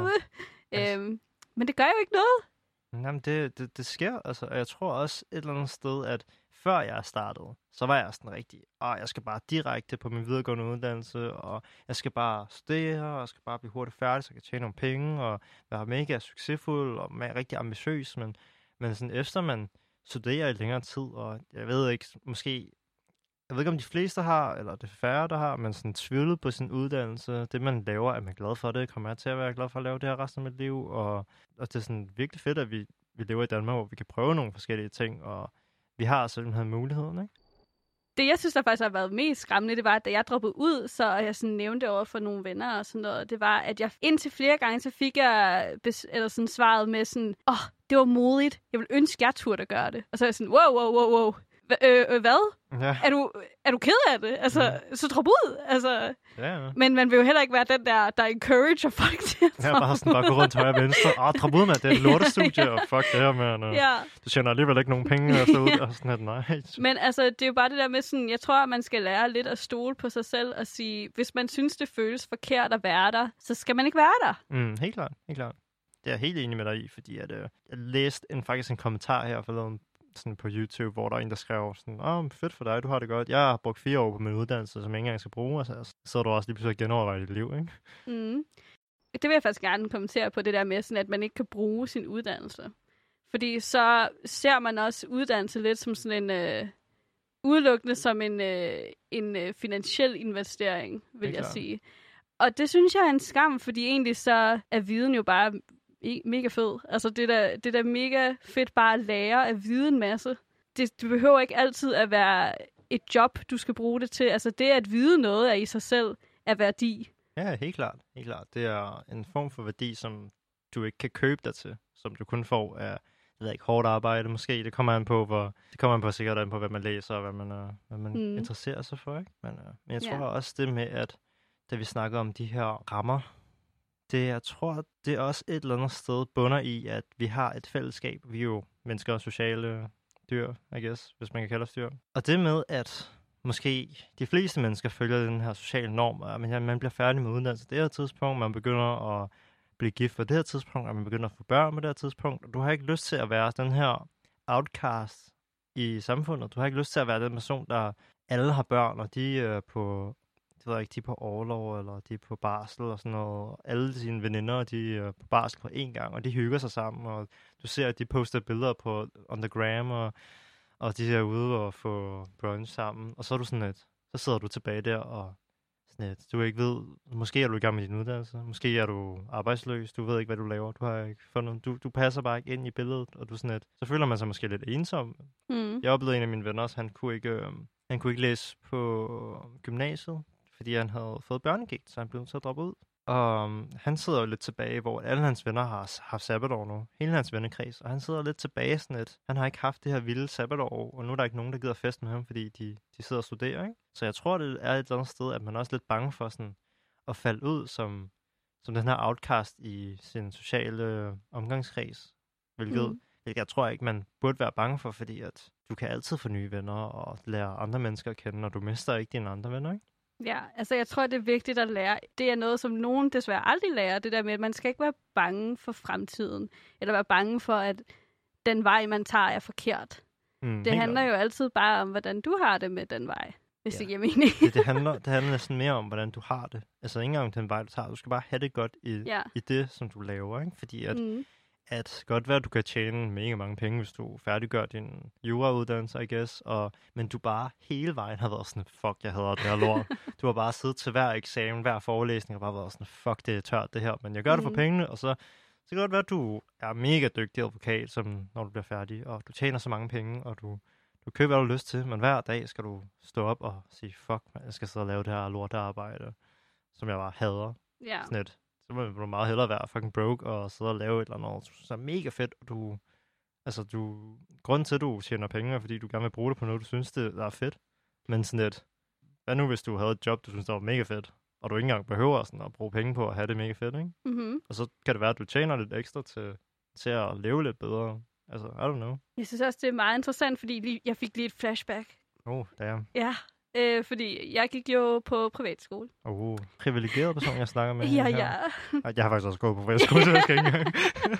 Ja. Men det gør jo ikke noget. Jamen, det sker, altså. Og jeg tror også et eller andet sted, at før jeg startede, så var jeg sådan rigtig, jeg skal bare direkte på min videregående uddannelse, og jeg skal bare studere, og jeg skal bare blive hurtigt færdig, så jeg kan tjene nogle penge, og være mega succesfuld, og rigtig ambitiøs, men sådan efter man studerer i længere tid, og jeg ved ikke, jeg ved ikke om de fleste har, eller det er færre, der har, men sådan tvivlet på sin uddannelse, det man laver, er man glad for det, kommer jeg til at være glad for at lave det her resten af mit liv, og det er sådan virkelig fedt, at vi lever i Danmark, hvor vi kan prøve nogle forskellige ting, og vi har altså den her mulighed, ikke? Det, jeg synes, der faktisk har været mest skræmmende, det var, at da jeg droppede ud, så jeg sådan nævnte over for nogle venner og sådan noget, det var, at jeg indtil flere gange, så fik jeg sådan svaret med sådan, det var modigt, jeg vil ønske, jeg turde gøre det. Og så er jeg sådan, wow. hvad? Ja. Er du ked af det? Altså, så drop ud. Altså, Ja. men man vil jo heller ikke være den der encourager folk til at Ja, bare gå rundt højre og venstre. Drop ud, mand. Det er et lortestudie, og fuck det her, mand. Ja. Du tjener alligevel ikke nogen penge efter ud. Og sådan, nej. Men altså, det er jo bare det der med sådan, jeg tror, at man skal lære lidt at stole på sig selv og sige, hvis man synes, det føles forkert at være der, så skal man ikke være der. Helt klart. Det er jeg helt enig med dig i, fordi at, jeg læste faktisk en kommentar her forleden sådan på YouTube, hvor der er en, der skrev sådan, fedt for dig, du har det godt. Jeg har brugt 4 år på min uddannelse, som jeg ikke engang skal bruge, altså, så er du også lige pludselig genovervejet dit liv, ikke? Mm. Det vil jeg faktisk gerne kommentere på, det der med, sådan, at man ikke kan bruge sin uddannelse. Fordi så ser man også uddannelse lidt som sådan en udelukkende som en finansiel investering, vil jeg sige. Og det synes jeg er en skam, fordi egentlig så er viden jo bare mega fed. Altså det er da mega fedt bare at lære at vide en masse. Det behøver ikke altid at være et job, du skal bruge det til. Altså det at vide noget er i sig selv af værdi. Ja, helt klart. Det er en form for værdi, som du ikke kan købe dig til, som du kun får af hårdt arbejde måske. Det kommer an på sikkert an på, hvad man læser og hvad man interesserer sig for, ikke? Men jeg tror også det med, at da vi snakker om de her rammer, jeg tror, det er også et eller andet sted bunder i, at vi har et fællesskab. Vi er jo mennesker og sociale dyr, I guess, hvis man kan kalde os dyr. Og det med, at måske de fleste mennesker følger den her sociale norm, og man bliver færdig med uddannelse det her tidspunkt, man begynder at blive gift på det her tidspunkt, og man begynder at få børn på det her tidspunkt, og du har ikke lyst til at være den her outcast i samfundet. Du har ikke lyst til at være den person, der alle har børn, og de er på de er på orlov, eller de er på barsel og sådan noget. Alle dine veninder, de er på barsel på én gang, og de hygger sig sammen, og du ser, at de poster billeder på on the gram, og de er ude og få brunch sammen, og så er du sådan lidt, så sidder du tilbage der, og sådan lidt, du ikke ved, måske er du i gang med din uddannelse, måske er du arbejdsløs, du ved ikke, hvad du laver, du har ikke fundet, du passer bare ikke ind i billedet, og du sådan lidt, så føler man sig måske lidt ensom. Jeg oplevede en af mine venner, han kunne ikke læse på gymnasiet, fordi han havde fået børnegigt, så han blev nødt til at droppe ud. Og han sidder jo lidt tilbage, hvor alle hans venner har haft sabbatår nu. Hele hans vennekreds. Og han sidder lidt tilbage sådan lidt. Han har ikke haft det her vilde sabbatår, og nu er der ikke nogen, der gider fest med ham, fordi de sidder og studerer, ikke? Så jeg tror, det er et eller andet sted, at man er også lidt bange for sådan at falde ud som den her outcast i sin sociale omgangskreds. Hvilket jeg tror ikke, man burde være bange for, fordi at du kan altid få nye venner og lære andre mennesker at kende, og du mister ikke dine andre venner, ikke? Ja, altså jeg tror, det er vigtigt at lære. Det er noget, som nogen desværre aldrig lærer, det der med, at man skal ikke være bange for fremtiden, eller være bange for, at den vej, man tager, er forkert. Det handler jo altid bare om, hvordan du har det med den vej, hvis det giver mening. det handler næsten mere om, hvordan du har det. Altså ikke engang den vej, du tager. Du skal bare have det godt i det, som du laver, ikke? Fordi at godt være, at du kan tjene mega mange penge, hvis du færdiggør din jurauddannelse, I guess, men du bare hele vejen har været sådan, fuck, jeg hader det her lort. Du har bare siddet til hver eksamen, hver forelæsning, og bare været sådan, fuck, det er tørt det her, men jeg gør det for pengene, og så kan det godt være, at du er mega dygtig advokat, når du bliver færdig, og du tjener så mange penge, og du køber, hvad du har lyst til, men hver dag skal du stå op og sige, fuck, man, jeg skal sidde og lave det her lortearbejde, som jeg bare hader. Ja. Sådan et. Så må du meget hellere være fucking broke og sidde og lave et eller andet, så er mega fedt, og grunden til, at du tjener penge, er, fordi du gerne vil bruge det på noget, du synes, det er fedt. Men sådan lidt, hvad nu, hvis du havde et job, du synes, der var mega fedt, og du ikke engang behøver sådan at bruge penge på at have det mega fedt, ikke? Mm-hmm. Og så kan det være, at du tjener lidt ekstra til at leve lidt bedre. Altså, I don't know. Jeg synes også, det er meget interessant, fordi jeg fik lige et flashback. Damn. Ja. Fordi jeg gik jo på privatskole. Privilegeret person, jeg snakker med. Ja. Jeg har faktisk også gået på privatskole, så jeg skal ikke engang.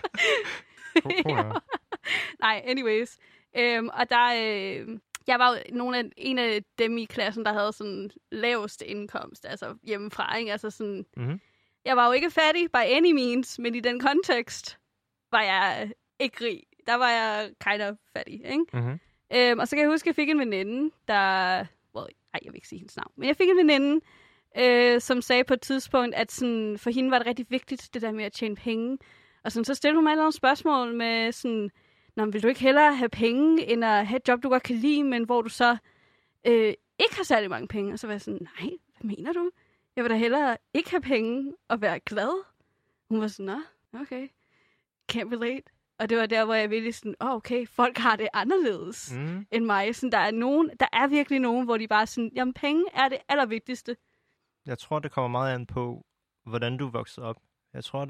Nej, anyways. Og der, jeg var jo en af dem i klassen, der havde sådan laveste indkomst, altså hjemmefra, ikke? Altså sådan, jeg var jo ikke fattig by any means, men i den kontekst var jeg ikke rig. Der var jeg kind of fattig, ikke? Og så kan jeg huske, at jeg fik en veninde, der... jeg vil ikke sige hendes navn, men jeg fik en veninde, som sagde på et tidspunkt, at sådan, for hende var det rigtig vigtigt, det der med at tjene penge. Og sådan, så stillede hun mig nogle spørgsmål med sådan, vil du ikke hellere have penge, end at have et job, du godt kan lide, men hvor du så ikke har særlig mange penge? Og så var jeg sådan, nej, hvad mener du? Jeg vil da hellere ikke have penge og være glad. Hun var sådan, okay, can't relate. Og det var der, hvor jeg virkelig sådan, okay, folk har det anderledes end mig. Sådan, der er virkelig nogen, hvor de bare sådan, jamen penge er det allervigtigste. Jeg tror, det kommer meget an på, hvordan du voksede op. Jeg tror,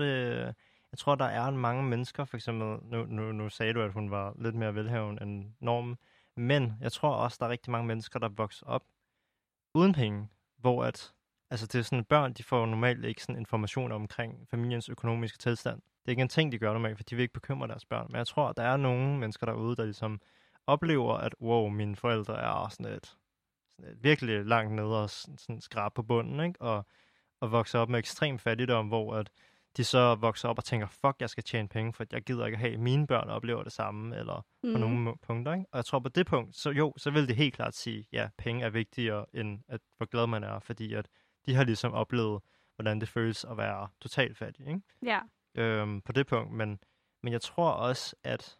der er mange mennesker, for eksempel, nu sagde du, at hun var lidt mere velhavende end normen, men jeg tror også, der er rigtig mange mennesker, der vokser op uden penge, hvor altså det er sådan, børn, de får normalt ikke sådan information omkring familiens økonomiske tilstand. Det er ikke en ting, de gør normalt, for de vil ikke bekymre deres børn. Men jeg tror, der er nogle mennesker derude, der ligesom oplever, at wow, mine forældre er sådan et virkelig langt nede og sådan skrab på bunden, ikke? Og vokser op med ekstrem fattigdom, hvor at de så vokser op og tænker, fuck, jeg skal tjene penge, for jeg gider ikke have, at mine børn oplever det samme, eller på nogle punkter, ikke? Og jeg tror på det punkt, så vil det helt klart sige, ja, penge er vigtigere, end at hvor glad man er, fordi at de har ligesom oplevet, hvordan det føles at være totalt fattig, ikke? Ja. På det punkt, men jeg tror også, at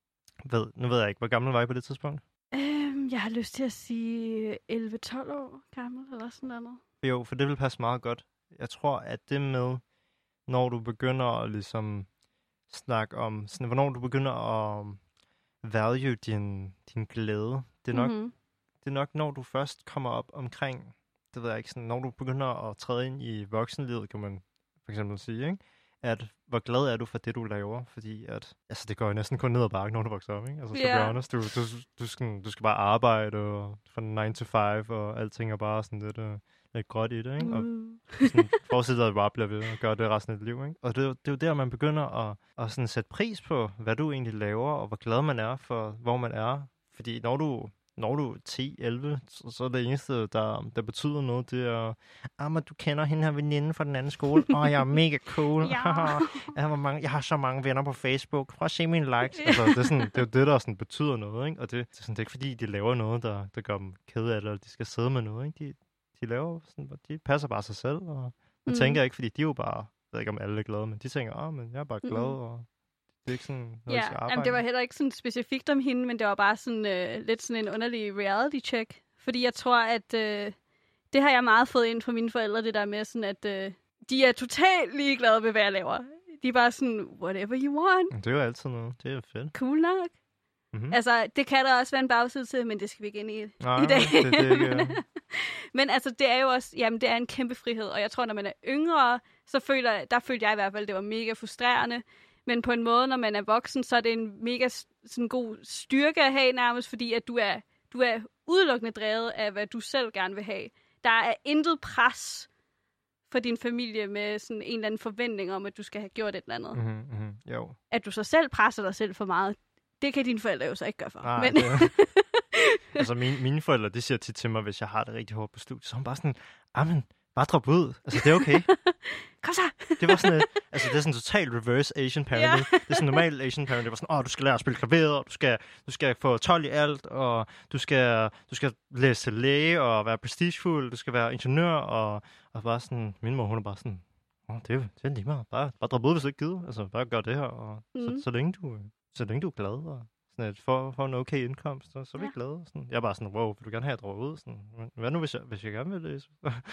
nu ved jeg ikke, hvor gammel var I på det tidspunkt? Jeg har lyst til at sige 11-12 år gammel, eller sådan noget. Jo, for det vil passe meget godt. Jeg tror, at det med, når du begynder at ligesom snakke om, sådan, hvornår du begynder at value din glæde, det er nok, når du først kommer op omkring, det ved jeg ikke, sådan, når du begynder at træde ind i voksenlivet, kan man for eksempel sige, ikke? At hvor glad er du for det, du laver? Fordi at, altså det går jo næsten kun ned ad bakke, når du vokser op, ikke? Altså, to be honest, du skal bare arbejde og fra 9 to 5, og alting er bare sådan lidt gråt i det, ikke? Og sådan, forestiller dig bare bliver ved og gøre det resten af dit liv, ikke? Og det er jo der, man begynder at sådan sætte pris på, hvad du egentlig laver, og hvor glad man er for, hvor man er. Fordi når du er 10-11, så er det eneste, der betyder noget, det er, men du kender hende her veninde fra den anden skole. Jeg er mega cool. Jeg har så mange venner på Facebook. Prøv at se mine likes. Altså, det er jo det, der sådan betyder noget, ikke? Og det er ikke fordi, de laver noget, der gør dem kede af det, eller de skal sidde med noget, ikke? De laver sådan, de passer bare sig selv, og man tænker ikke, fordi de er jo bare, jeg ved ikke om alle er glade, men de tænker, men jeg er bare glad, og det er ikke sådan noget, jeg skal arbejde. Jamen, det var heller ikke sådan specifikt om hende, men det var bare sådan lidt sådan en underlig reality check. Fordi jeg tror, at det har jeg meget fået ind fra mine forældre, det der med sådan, at de er totalt ligeglade med, hvad jeg laver. De er bare sådan, whatever you want. Det er jo altid noget. Det er fedt. Cool nok. Mm-hmm. Altså, det kan der også være en bagside til, men det skal vi ikke ind i Nej, i dag. Det er ikke... Men altså, det er jo også, jamen, det er en kæmpe frihed. Og jeg tror, når man er yngre, så følte jeg i hvert fald, det var mega frustrerende. Men på en måde, når man er voksen, så er det en mega sådan god styrke at have nærmest, fordi at du er udelukkende drevet af, hvad du selv gerne vil have. Der er intet pres for din familie med sådan en eller anden forventning om, at du skal have gjort et eller andet. Jo. At du så selv presser dig selv for meget, det kan dine forældre jo så ikke gøre for. Nej, men... Altså mine forældre, de siger tit til mig, hvis jeg har det rigtig hårdt på studiet, så er hun bare sådan, bare drop ud. Altså, det er okay. Kom så! Det var sådan altså det er sådan total reverse Asian parenting. Det er sådan normal Asian parenting. Det var sådan, du skal lære at spille klaver, og du skal få 12 i alt, og du skal læse til læge og være prestigefuld, du skal være ingeniør, og bare sådan, min mor, hun er bare sådan, det er lige meget. Bare drop ud, hvis du ikke gider. Altså, bare gør det her, og så længe du er glad, og sådan at for en okay indkomst, så er vi glade. Sådan. Jeg er bare sådan, wow, vil du gerne have, at jeg droger ud? Sådan, hvad nu, hvis jeg gerne vil læse?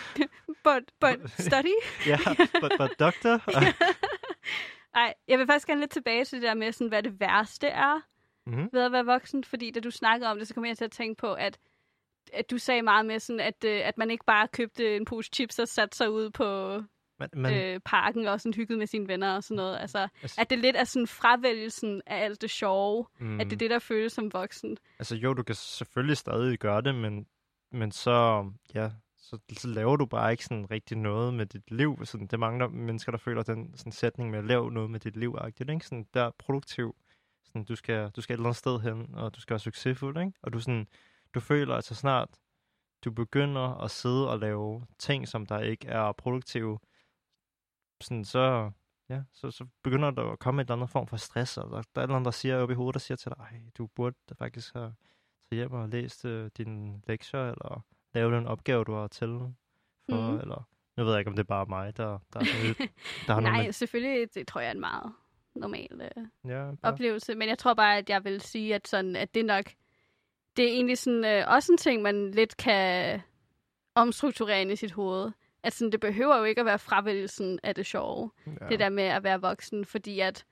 but study? Ja, but doctor? Ej, jeg vil faktisk gerne lidt tilbage til det der med, sådan, hvad det værste er ved at være voksen. Fordi da du snakkede om det, så kom jeg til at tænke på, at du sagde meget med, sådan, at man ikke bare købte en pose chips og satte sig ud på parken og sådan hyggede med sine venner og sådan noget. Altså, at det lidt er sådan fravælgelsen af alt det sjove, at det er det, der føles som voksen. Altså jo, du kan selvfølgelig stadig gøre det, men så laver du bare ikke sådan rigtig noget med dit liv. Sådan, det er mange mennesker, der føler den sådan, sætning med at lave noget med dit liv. Ikke? Sådan, der er produktiv. Sådan, du skal et eller andet sted hen, og du skal være succesfuld. Ikke? Og du føler, at så snart du begynder at sidde og lave ting, som der ikke er produktive, sådan, så begynder der at komme et eller andet form for stress, og der er et eller andet, der siger oppe i hovedet, der siger til dig, du burde faktisk have taget hjem og læst dine lektier, eller lave den opgave, du har til for, eller nu ved jeg ikke, om det er bare mig, der har Nej, noget selvfølgelig, det tror jeg er en meget normal oplevelse, men jeg tror bare, at jeg vil sige, at, sådan, at det nok, det er egentlig sådan, også en ting, man lidt kan omstrukturere ind i sit hoved. At sådan, det behøver jo ikke at være fravælgelsen af det sjove. Ja. Det der med at være voksen. Fordi at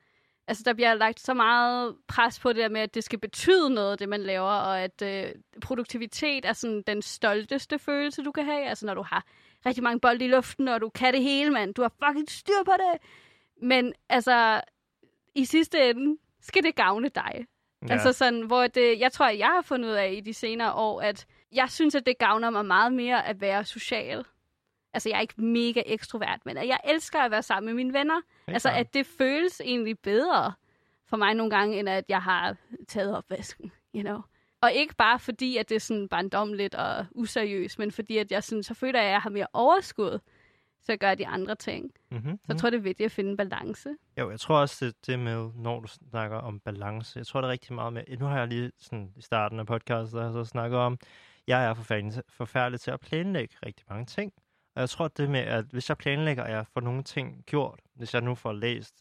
Altså, der bliver lagt så meget pres på det der med, at det skal betyde noget, det man laver, og at produktivitet er sådan den stolteste følelse, du kan have. Altså, når du har rigtig mange bolde i luften, og du kan det hele, mand. Du har fucking styr på det. Men altså, i sidste ende skal det gavne dig. Ja. Altså sådan, hvor jeg tror, at jeg har fundet ud af i de senere år, at jeg synes, at det gavner mig meget mere at være social. Altså, jeg er ikke mega ekstrovert, men jeg elsker at være sammen med mine venner. Okay. Altså, at det føles egentlig bedre for mig nogle gange, end at jeg har taget opvasken, you know. Og ikke bare fordi, at det er sådan barndommeligt og useriøst, men fordi, at jeg sådan, så føler jeg, at jeg har mere overskud til at gøre de andre ting. Så jeg tror, det er vigtigt at finde en balance. Jo, jeg tror også, det med, når du snakker om balance, jeg tror, det er rigtig meget med, nu har jeg lige sådan i starten af podcastet, der så snakket om, jeg er forfærdelig til at planlægge rigtig mange ting. Og jeg tror, det med, at hvis jeg planlægger, at jeg får nogle ting gjort, hvis jeg nu får læst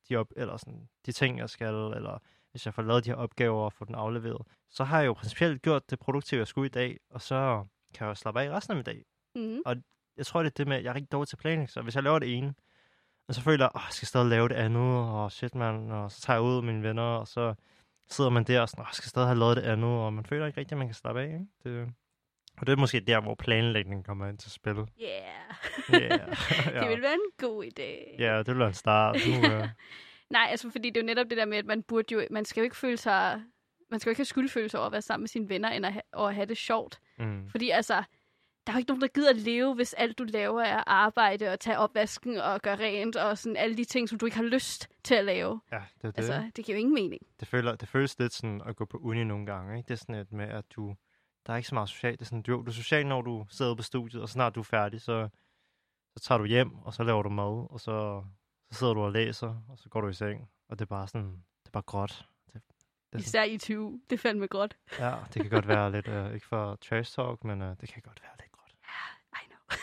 de ting, jeg skal, eller hvis jeg får lavet de her opgaver og få den afleveret, så har jeg jo principielt gjort det produktive, jeg skulle i dag, og så kan jeg jo slappe af resten af min dag. Og jeg tror, det er det med, at jeg er rigtig dårlig til planlægning, så hvis jeg laver det ene, og så føler jeg, jeg skal stadig lave det andet, og shit man, og så tager jeg ud med mine venner, og så sidder man der og sådan, jeg skal stadig have lavet det andet, og man føler ikke rigtig, at man kan slappe af, ikke? Og det er måske der, hvor planlægning kommer ind til spil. Yeah. Det vil være en god idé. Ja, det vil være en start. Nej, altså fordi det er jo netop det der med, at man skal jo ikke føle sig, man skal jo ikke have skyldfølelse over at være sammen med sine venner, end at have det sjovt. Fordi altså, der er jo ikke nogen, der gider at leve, hvis alt du laver er arbejde og tage opvasken og gøre rent og sådan alle de ting, som du ikke har lyst til at lave. Ja, det er det. Altså, det giver jo ingen mening. Det føles lidt sådan at gå på uni nogle gange, ikke? Det er sådan et med, at der er ikke så meget socialt. Det er sådan, du er social, når du sidder på studiet, og snart du er færdig, så tager du hjem, og så laver du mad, og så sidder du og læser, og så går du i seng. Og det er bare sådan, det er bare gråt. Især i 20. Det er fandme gråt. Ja, det kan godt være lidt, ikke for trash talk, men det kan godt være lidt gråt. I know.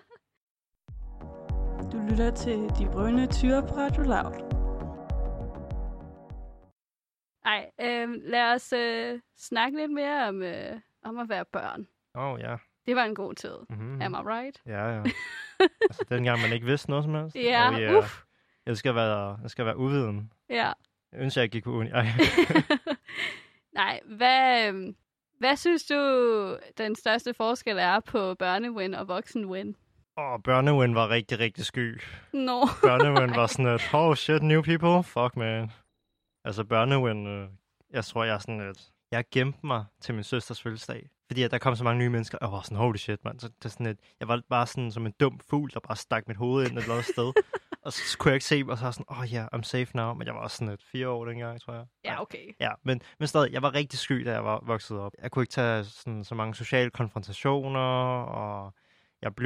Du lytter til De Brønde Tyre på Radio Loud. Ej, lad os snakke lidt mere om at være børn. Ja. Det var en god tid. Am I right? Ja. Altså, dengang man ikke vidste noget som helst. Ja, Jeg skal være uviden. Ja. Jeg ønsker, jeg gik på uni. Nej, hvad synes du, den største forskel er på børnewin og voksenwin? Børnewin var rigtig, rigtig sky. No. Børnewin var sådan et, shit, new people? Fuck, man. Altså, børnewin, jeg tror, jeg er sådan et... Jeg gemte mig til min søsters fødselsdag, fordi at der kom så mange nye mennesker. Jeg var sådan, holy shit, man. Så det er sådan et, jeg var bare sådan som en dum fugl, der bare stak mit hoved ind et eller andet sted. Og så kunne jeg ikke se dem, og så var jeg sådan, I'm safe now. Men jeg var også sådan 4 år dengang, tror jeg. Ja, okay. Ja, men stadig, jeg var rigtig sky, da jeg var vokset op. Jeg kunne ikke tage sådan, så mange sociale konfrontationer, og jeg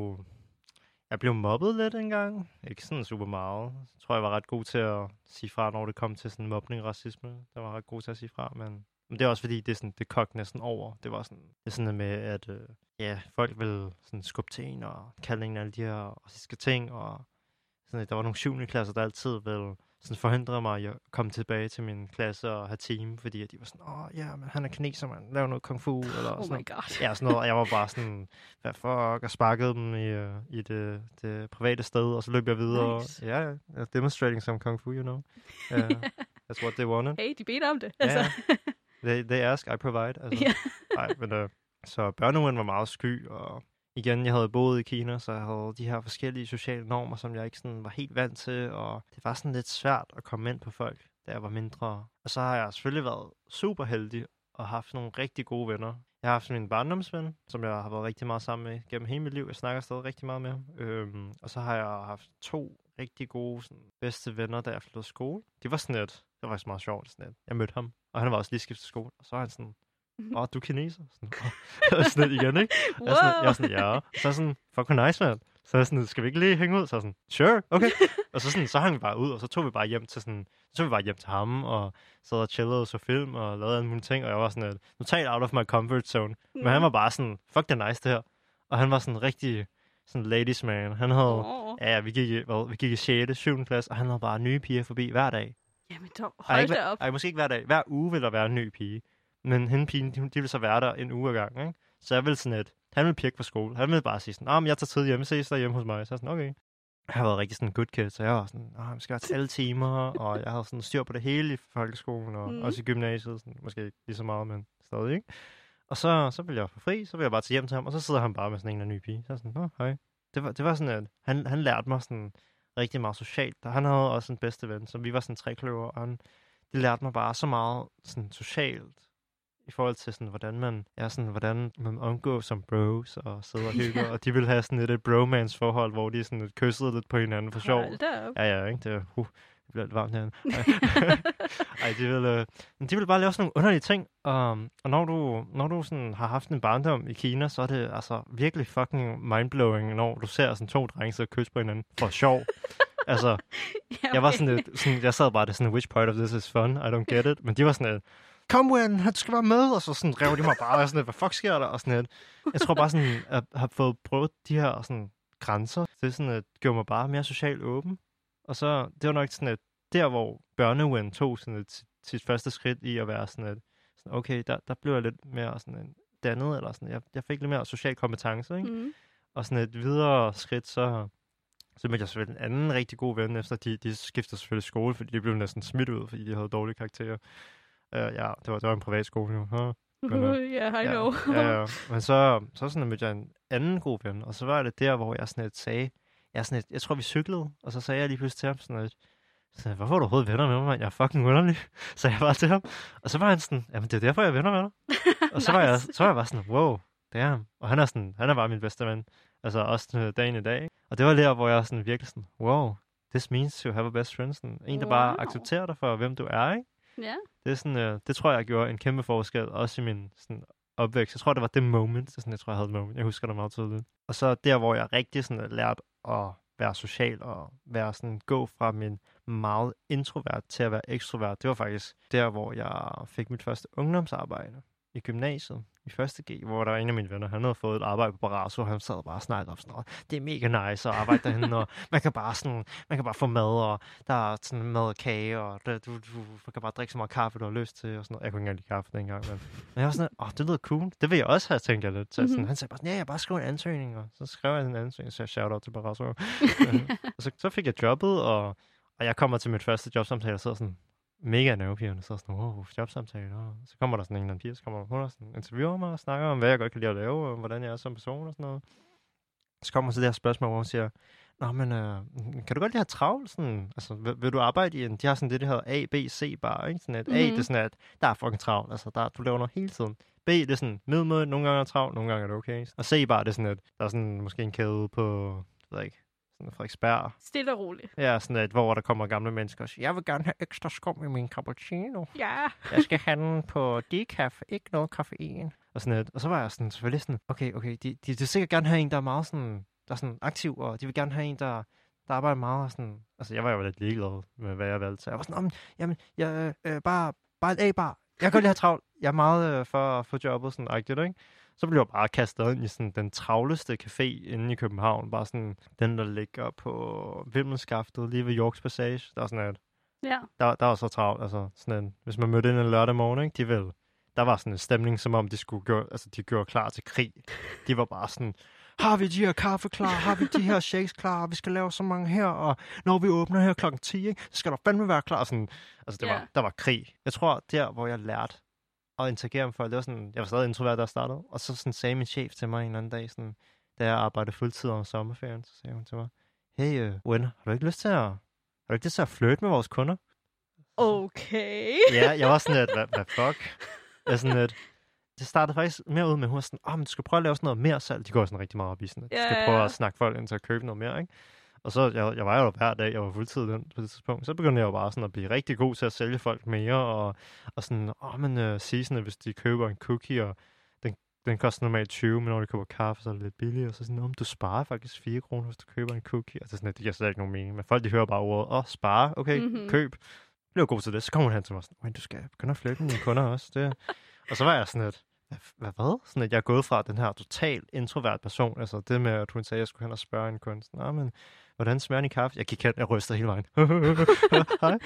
blev mobbet lidt engang. Ikke sådan super meget. Jeg tror, jeg var ret god til at sige fra, når det kom til sådan mobning og racisme. Jeg var ret god til at sige fra, men det er også fordi, det kogte næsten over. Det var sådan, det er sådan med, at folk ville sådan skubbe til en og kalde en af alle de her racistiske ting, og sådan, der var nogle 7. klasser, der altid ville sådan forhindre mig at komme tilbage til min klasse og have team, fordi at de var sådan, men han er kineser, man. Lav noget kung fu, eller oh sådan my god. Ja, sådan noget, og jeg var bare sådan, hvad fuck, og sparkede dem i det private sted, og så løb jeg videre. Nice. Ja, demonstrating some kung fu, you know. That's what they wanted. Hey, de bedte om det. Altså. They ask, I provide. Altså. Nej, men så børneugen var meget sky, og igen, jeg havde boet i Kina, så jeg havde de her forskellige sociale normer, som jeg ikke sådan var helt vant til, og det var sådan lidt svært at komme ind på folk, da jeg var mindre. Og så har jeg selvfølgelig været super heldig og haft nogle rigtig gode venner. Jeg har haft min barndomsven, som jeg har været rigtig meget sammen med gennem hele mit liv. Jeg snakker stadig rigtig meget med ham. Og så har jeg haft 2 rigtig gode sådan, bedste venner, da jeg flyttede skole. Det var sådan lidt, det var faktisk meget sjovt. Sådan lidt. Jeg mødte ham, og han var også lige skiftet skole, og så er han sådan, du er kineser. Sådan lidt igen, ikke? Wow. Jeg er sådan, ja. Og så er sådan, fuck, nice, man. Så er sådan, skal vi ikke lige hænge ud? Så er sådan, sure, okay. Og så hang vi bare ud, og så tog vi bare hjem til ham, og sad og chillede og så film, og lavede alle mulige ting, og jeg var sådan, totalt out of my comfort zone. Men han var bare sådan, fuck, det er nice, det her. Og han var sådan rigtig, sådan ladies man. Han havde, vi gik i 6. 7. klasse, og han havde bare nye piger forbi hver dag. Jamen, hold da op. Ej, måske ikke hver dag. Hver uge ville der være en ny pige. Men hende pigen, de ville så være der en uge ad gangen, ikke? Så jeg ville sådan han ville pirke på skole. Han ville bare sige sådan, men jeg tager tid hjemme, ses der hjemme hos mig. Så jeg sådan, okay. Jeg har været rigtig sådan en good kid, så jeg var sådan, jeg skal være til alle timer, og jeg havde sådan styr på det hele i folkeskolen, og også i gymnasiet, sådan, måske ikke lige så meget, men stadig, ikke? Og så ville jeg få fri, så ville jeg bare til hjem til ham, og så sidder han bare med sådan en eller anden ny pige. Så jeg sådan, hej. Det var sådan, at han lærte mig sådan rigtig meget socialt. Og han havde også en bedste ven, så vi var sådan 3 kløver, og det lærte mig bare så meget sådan socialt, i forhold til sådan, hvordan man omgår som bros og sidder og hygger, og de ville have sådan et bromance-forhold, hvor de sådan kyssede lidt på hinanden for sjov. Ja, ikke? Det bliver lidt varmt herinde. De ville bare lave sådan nogle underlige ting, og når du sådan har haft en barndom i Kina, så er det altså virkelig fucking mindblowing, når du ser sådan 2 drenge sidde og kysse på hinanden for sjov. Altså, jeg var sådan jeg sad bare, det sådan, which part of this is fun? I don't get it. Men de var sådan kom, Wen, han skal være med, og så sådan rev de mig bare, og sådan hvad fuck sker der, og sådan et. Jeg tror bare sådan, at have fået prøvet de her sådan grænser, det sådan, at gjorde mig bare mere socialt åben. Og så, det var nok sådan, at der, hvor Børne-Wen tog sådan sit første skridt i at være sådan, at okay, der blev jeg lidt mere sådan dannet, eller sådan, jeg fik lidt mere social kompetence, ikke? Mm. Og sådan et videre skridt, så mødte jeg selvfølgelig en anden rigtig god ven, efter de skiftede selvfølgelig skole, fordi de blev næsten smidt ud, fordi de havde dårlige karakterer. Det var en privatskole jo. I know. Men så sådan mødte jeg en anden god ven, og så var det der, hvor jeg sådan et sagde, jeg tror vi cyklede, og så sagde jeg lige pludselig til ham sådan så hvorfor er du overhovedet venner med mig, man? Jeg er fucking underlig. Så jeg bare til ham. Og så var han sådan, jamen det er derfor, jeg er venner med dig. Og så var jeg bare sådan, wow, damn. Og han er bare min bedste ven. Altså også dagen i dag. Og det var der, hvor jeg sådan virkelig sådan, wow, this means to have a best friend. Sådan, en, der bare accepterer dig for, hvem du er, ikke? Ja. Det er sådan, det tror jeg gjorde en kæmpe forskel, også i min sådan, opvækst. Jeg tror, det var det moment. Det sådan, jeg tror, jeg havde et moment. Jeg husker det meget tydeligt. Og så der, hvor jeg rigtig sådan lærte at være social og være sådan, gå fra min meget introvert til at være ekstrovert. Det var faktisk der, hvor jeg fik mit første ungdomsarbejde i gymnasiet, i 1. G, hvor der var en af mine venner, han havde fået et arbejde på Barrasso, og han sad bare og snakkede op sådan noget. Det er mega nice at arbejde derhenne, og man kan bare få mad, og der er sådan mad og kage, og du kan bare drikke så meget kaffe, du har lyst til, og sådan noget. Jeg kunne ikke engang lide kaffe dengang, men jeg var sådan, det lyder cool. Det vil jeg også have, tænkt jeg lidt til. Sådan, han sagde bare sådan, jeg bare skriver en ansøgning, og så skrev jeg en ansøgning, så jeg shout-out til Barrasso. Og så fik jeg jobbet, og jeg kommer til mit første jobsamtale, og sidder sådan, mega nervepirrende, så sådan, jobsamtale, og så kommer der sådan en eller anden pige, så kommer hun og sådan, interviewer mig og snakker om, hvad jeg godt kan lide at lave, og hvordan jeg er som person og sådan noget. Så kommer så det her spørgsmål, hvor hun siger, men kan du godt lide at have travlt? Sådan, altså, vil du arbejde i en, de har sådan det, der hedder A, B, C bar, ikke? Sådan et A, det er sådan, at der er fucking travlt, altså du laver noget hele tiden. B, det er sådan middelmåde, nogle gange er travlt, nogle gange er det okay. Og C bar, det er sådan, at der er sådan måske en kæde på, jeg ved ikke, sådan Frederiksberg. Stille og roligt. Ja, sådan et, hvor der kommer gamle mennesker og siger, jeg vil gerne have ekstra skum i min cappuccino. Ja. Jeg skal have den på decaf, ikke noget koffein. Og sådan et. Og så var jeg sådan, selvfølgelig sådan, okay, de vil sikkert gerne have en, der er meget sådan, der er sådan aktiv, og de vil gerne have en, der arbejder meget sådan, altså jeg var jo lidt ligeglad med, hvad jeg valgte. Så jeg var sådan, bare et A-bar. Jeg kan godt lide at have travlt. Jeg er meget for at få jobbet sådan agtigt, ikke? Så blev jeg bare kastet ind i sådan den travleste café inde i København. Bare sådan den, der ligger på Vimmelskaftet lige ved Yorks Passage. Der er sådan et... Ja. Der var så travlt. Altså sådan en, hvis man mødte ind en lørdag morgen, ikke? Der var sådan en stemning, som om de gjorde klar til krig. De var bare sådan, har vi de her kaffe klar? Har vi de her shakes klar? Vi skal lave så mange her, og når vi åbner her klokken 10, ikke? Så skal der fandme være klar. Sådan, altså der var krig. Jeg tror, der hvor jeg lærte at interagere med folk, det var sådan, jeg var stadig introvert, der startede, og så sådan sagde min chef til mig en anden dag, sådan, da jeg arbejdede fuldtid om sommerferien, så sagde hun til mig, hey, Wen, har du ikke lyst til at flirte med vores kunder? Okay. Ja, jeg var sådan lidt, hvad fuck? Det startede faktisk mere ud med, hun var sådan, men du skal prøve at lave sådan noget mere salg. De går sådan rigtig meget op i sådan, at du skal prøve at snakke folk ind til at købe noget mere, ikke? Og så, jeg var jo hver dag, jeg var fuldtid på det tidspunkt, så begyndte jeg jo bare sådan at blive rigtig god til at sælge folk mere, og sådan, sige sådan, at hvis de køber en cookie, og den koster normalt 20, men når de køber kaffe, så er det lidt billigere, og så sådan, du sparer faktisk 4 kroner, hvis du køber en cookie, og det er sådan, at det giver slet ikke nogen mening, men folk, de hører bare ordet, spare, okay, køb. Jeg blev god til det, så kommer hun hen til mig sådan, du skal begynde at flirte med dine kunder også, det. Og så var jeg sådan, hvad? Sådan at jeg er gået fra den her total introvert person, altså det med, at hun sagde, at jeg skulle hen og spørge en kunst. Men hvordan smager din kaffe? Jeg gik hen, jeg ryster hele vejen. Hej,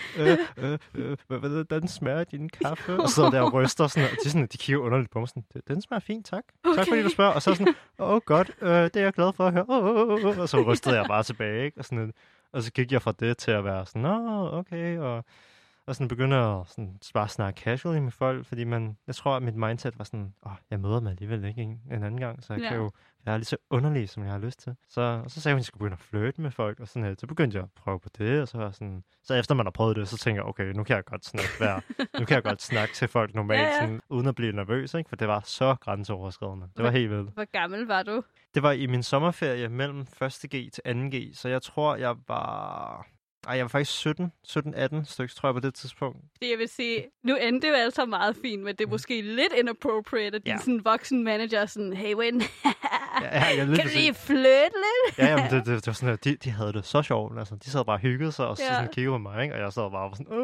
hvordan smager din kaffe? Og så der og ryster sådan, og de kigger underligt på mig sådan, den smager fint, tak. Okay. Tak fordi du spørger. Og så sådan, godt, det er jeg glad for at høre. Og så rystede jeg bare tilbage, ikke? Og så gik jeg fra det til at være sådan, okay, og sådan begynder at sådan bare snakke casually med folk, fordi jeg tror, at mit mindset var sådan, jeg møder mig alligevel ikke en anden gang, så jeg kan jo være lidt så underlig, som jeg har lyst til. Så sagde hun, at jeg skulle begynde at flirte med folk, og sådan her. Så begyndte jeg at prøve på det, og så var sådan, så efter man har prøvet det, så tænker jeg, okay, nu kan jeg godt snakke til folk normalt, sådan, uden at blive nervøs, ikke? For det var så grænseoverskridende. Det var helt vildt. Hvor gammel var du? Det var i min sommerferie mellem 1. G til 2. G, så jeg tror, jeg var faktisk 17-18 stykker, tror jeg, på det tidspunkt. Det jeg vil sige, nu endte det jo altså meget fint, men det er måske lidt inappropriate, at de sådan voksen manager sådan, hey, Win, kan du lige flirte lidt? Men det var sådan, at de havde det så sjovt. Altså, de sad bare og hyggede sig, og så sådan kiggede på mig, ikke? Og jeg sad bare og sådan,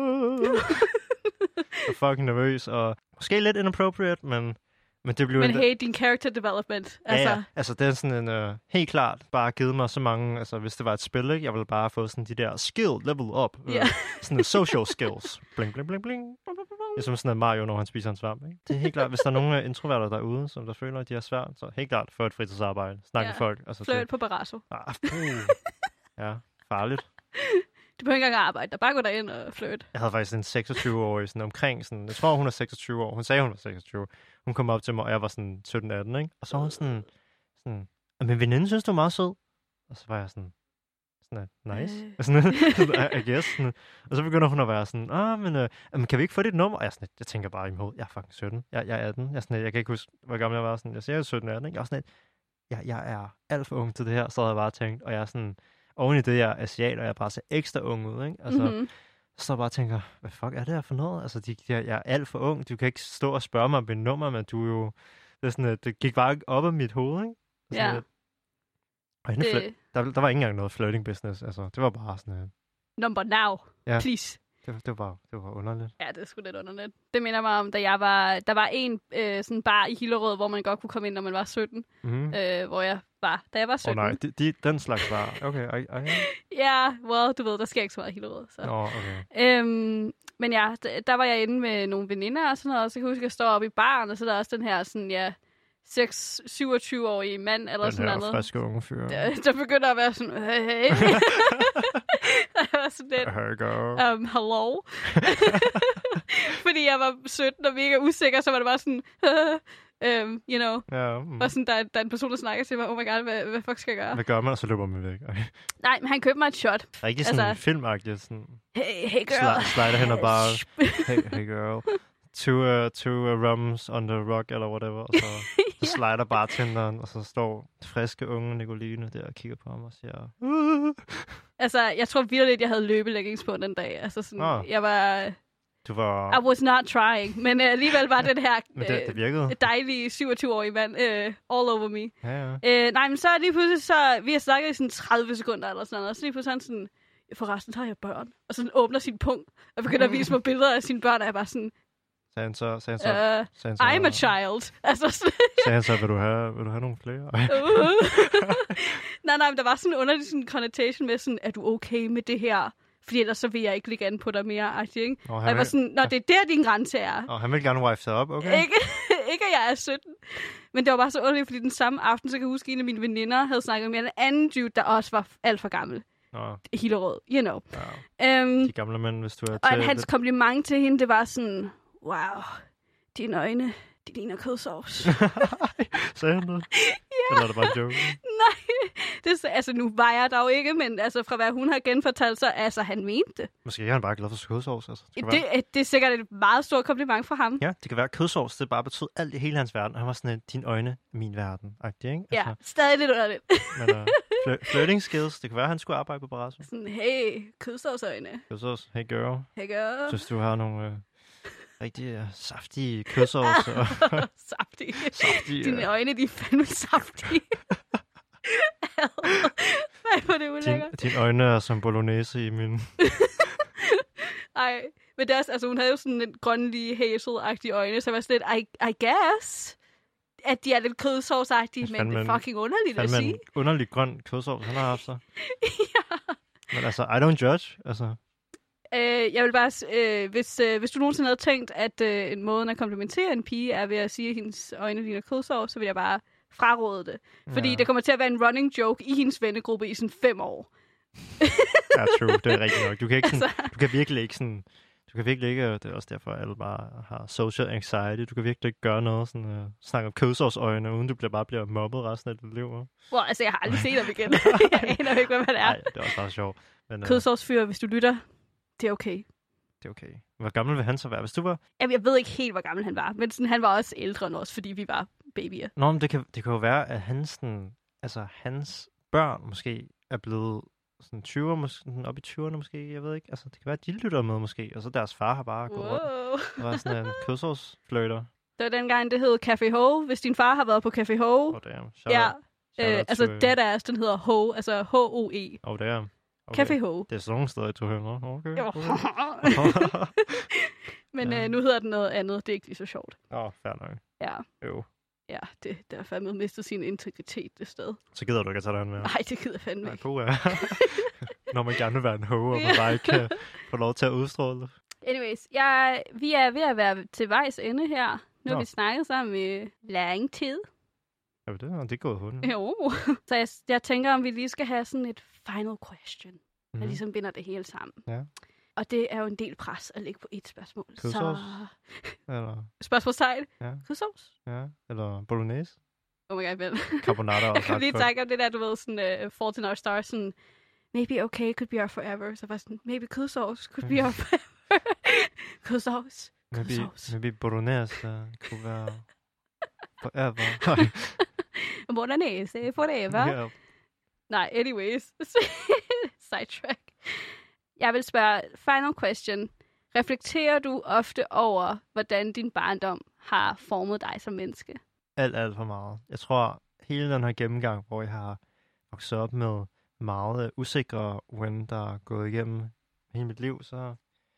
og fucking nervøs, og måske lidt inappropriate, men det blev... Men hey, din character development. Altså. Ja, altså det er sådan en... helt klart bare givet mig så mange... Altså hvis det var et spil, ikke? Jeg ville bare få sådan de der skill level up. Sådan social skills. Bling, bling, bling, bling. Det er som sådan en Mario, når han spiser en svamp, ikke? Det er helt klart, hvis der er nogle introverter derude, som der føler, at de er svært, så helt klart få et fritidsarbejde. Snakke med folk. Altså, flirt på Barrasso. Ja, farligt. Du behøver ikke engang arbejde, der bare gå derind og flirte. Jeg havde faktisk en 26-årig sådan omkring sådan... Jeg tror, hun er 26 år. Hun sagde, hun var 26. Hun kom op til mig, og jeg var sådan 17-18, ikke? Og så var hun sådan... Men veninden synes, du er meget sød. Og så var jeg sådan nice. I guess. Sådan. Og så begynder hun at være sådan, men kan vi ikke få dit nummer? Og jeg tænker bare i mit hoved, jeg er fucking 17. Jeg er 18. Jeg kan ikke huske, hvor gammel jeg var. Sådan, jeg siger 17-18, ikke? Jeg er sådan jeg er alt for ung til det her, så havde jeg bare tænkt. Og jeg er sådan... Oven i det, jeg er asiat, og jeg bare ser ekstra ung ud, ikke? Altså, så jeg bare tænker, hvad fuck er det her for noget? Altså, jeg er alt for ung. Du kan ikke stå og spørge mig om mit nummer, men du er jo... Det er sådan, at det gik bare op af mit hoved, ikke? Ja. Og der var ikke engang noget flirting business. Altså, det var bare sådan... Number now, please. Det var underligt. Ja, det er sgu lidt underligt. Det minder mig om, da jeg var... Der var en sådan bar i Hillerød, hvor man godt kunne komme ind, når man var 17. Hvor jeg var, da jeg var 17. Nej, den slags bar. Okay, Ja, du ved, der sker ikke så meget i Hillerød. Så. Okay. Men ja, der var jeg inde med nogle veninder og sådan noget, og så kan jeg huske, at jeg står oppe i baren, og så er der også den her sådan, 27-årige mand, eller sådan noget. Den her friske unge fyr. Der begynder at være sådan, hey. Jeg var sådan lidt, hello. Fordi jeg var 17 og mega usikker, så var det bare sådan, og sådan, der er en person, der snakker til mig, oh my god, hvad fuck skal jeg gøre? Hvad gør man, og så løber man væk? Okay. Nej, men han købte mig et shot. Rigtig sådan filmagtigt, sådan... Hey girl. Slider hen og bare, hey girl. Two rums on the rock, eller whatever, og så slider bartenderen, og så står friske unge Nicoline der og kigger på ham og siger... Altså, jeg tror virkelig, jeg havde løbelæggings på den dag. Altså sådan, jeg var... I was not trying, men alligevel var den her det virkede. Dejlige 27-årige mand all over me. Ja. Nej, men så lige pludselig, vi har snakket i sådan 30 sekunder eller sådan noget, og så lige pludselig sådan, forresten har jeg børn, og så åbner sin punkt, og begynder at vise mig billeder af sine børn, og jeg bare sådan, sagde han så, I'm a child. Altså, sagde han så, vil du have nogle flere? Nej, men der var sådan en underlig sådan connotation med sådan, er du okay med det her? Fordi ellers så vil jeg ikke ligge an på dig mere, ikke? Og jeg var sådan, det er der, din grænse er. Og han vil gerne wife sig op, okay? Ikke at jeg er 17. Men det var bare så underligt, fordi den samme aften, så kan jeg huske, at en af mine veninder havde snakket med en anden dude, der også var alt for gammel. Hillerød, you know. De gamle mænd, hvis du er til... Og hans kompliment til hende, det var sådan, wow, dine øjne, de ligner kødsovs. Sagde han det? Ja. Eller er det bare en joke? Nej, altså nu var jeg der jo ikke, men altså fra hvad hun har genfortalt, så altså han mente det. Måske er han bare glad for kødsovs. Altså. Det er sikkert et meget stort kompliment fra ham. Ja, det kan være kødsovs, det bare betød alt i hele hans verden. Han var sådan en, dine øjne, min verden. Ikke? Altså, ja, stadig lidt underligt. Men flirting skills, det kan være, at han skulle arbejde på Barrasso. Sådan, hey, kødsovsøjne. Kødsovs, hey girl. Hey girl. Synes du har nogle... rigtig saftige kødsovs. Saftige. Dine øjne, de er fandme saftige. Ej, hvor det ulækkert. Dine øjne er som bolognese i min... Ej, men det er også, altså hun havde jo sådan en grønlige, hazel-agtige øjne, så jeg var sådan lidt, I guess, at de er lidt kødsovsagtige, men det er fucking underligt at sige. En underlig grøn kødsovs, han har haft så. Ja. Men altså, I don't judge. Altså. Jeg vil bare, hvis du nogensinde havde tænkt, at en måde at komplimentere en pige er ved at sige, at hendes øjne ligner kødsovs, så vil jeg bare fraråde det. Fordi det kommer til at være en running joke i hendes vennegruppe i sådan 5 år. Ja, true. Det er rigtigt nok. Du kan, ikke sådan, du kan virkelig ikke, det er også derfor, at alle bare har social anxiety. Du kan virkelig ikke gøre noget, sådan snakke om kødsovsøjne, uden du bare bliver mobbet resten af dit liv. Well, altså, jeg har aldrig set dem igen. Jeg aner ikke, hvad det er. Nej, det er også bare sjovt. Kødsovsfyr, hvis du lytter, det er okay. Det er okay. Hvor gammel vil han så være, hvis du var? Jamen, jeg ved ikke helt, hvor gammel han var, men sådan, han var også ældre end os, fordi vi var babyer. Nå, men det kan jo være, at hans børn måske er blevet sådan 20'er, måske, op i 20'erne måske, jeg ved ikke. Altså, det kan være, at de lytter med måske, og så deres far har bare gået rundt og var sådan en kødsovsfløjter. Det var dengang, det hed Café Ho. Hvis din far har været på Café Ho. Damn. Ja, altså Deadass, den hedder Ho, altså H-O-E. Damn. Okay. Café Ho. Det er sådan nogle steder i Tohønder. Okay. Men nu hedder den noget andet. Det er ikke lige så sjovt. Fair nok. Ja. Jo. Ja, det har fandme mistet sin integritet det sted. Så gider du ikke at tage den med? Nej, det gider fandme ikke. Når man gerne vil være en hoe, og man bare ikke kan få lov til at udstråle det. Anyways, vi er ved at være til vejs ende her. Nu har vi snakket sammen i lang tid. Ja, det er gået hurtigt. Jo. Så jeg tænker, om vi lige skal have sådan et final question, der ligesom binder det hele sammen. Ja. Og det er jo en del pres at lægge på et spørgsmål. Kødsovs? Eller? Spørgsmålstegn? Ja. Kødsovs? Ja, eller bolognese? Oh my god, vel. Carbonara. Jeg kan lige tænke om det der, du ved, sådan Fault in Our Stars, sådan, maybe okay could be our forever. Så var sådan, maybe kødsovs could be our forever. Kødsovs. Maybe bolognese kunne være forever. Bolognese forever. Yeah. Nej, anyways. Sidetrack. Jeg vil spørge, final question. Reflekterer du ofte over, hvordan din barndom har formet dig som menneske? Alt for meget. Jeg tror, hele den her gennemgang, hvor jeg har vokset op med meget usikre when, der er gået igennem hele mit liv, så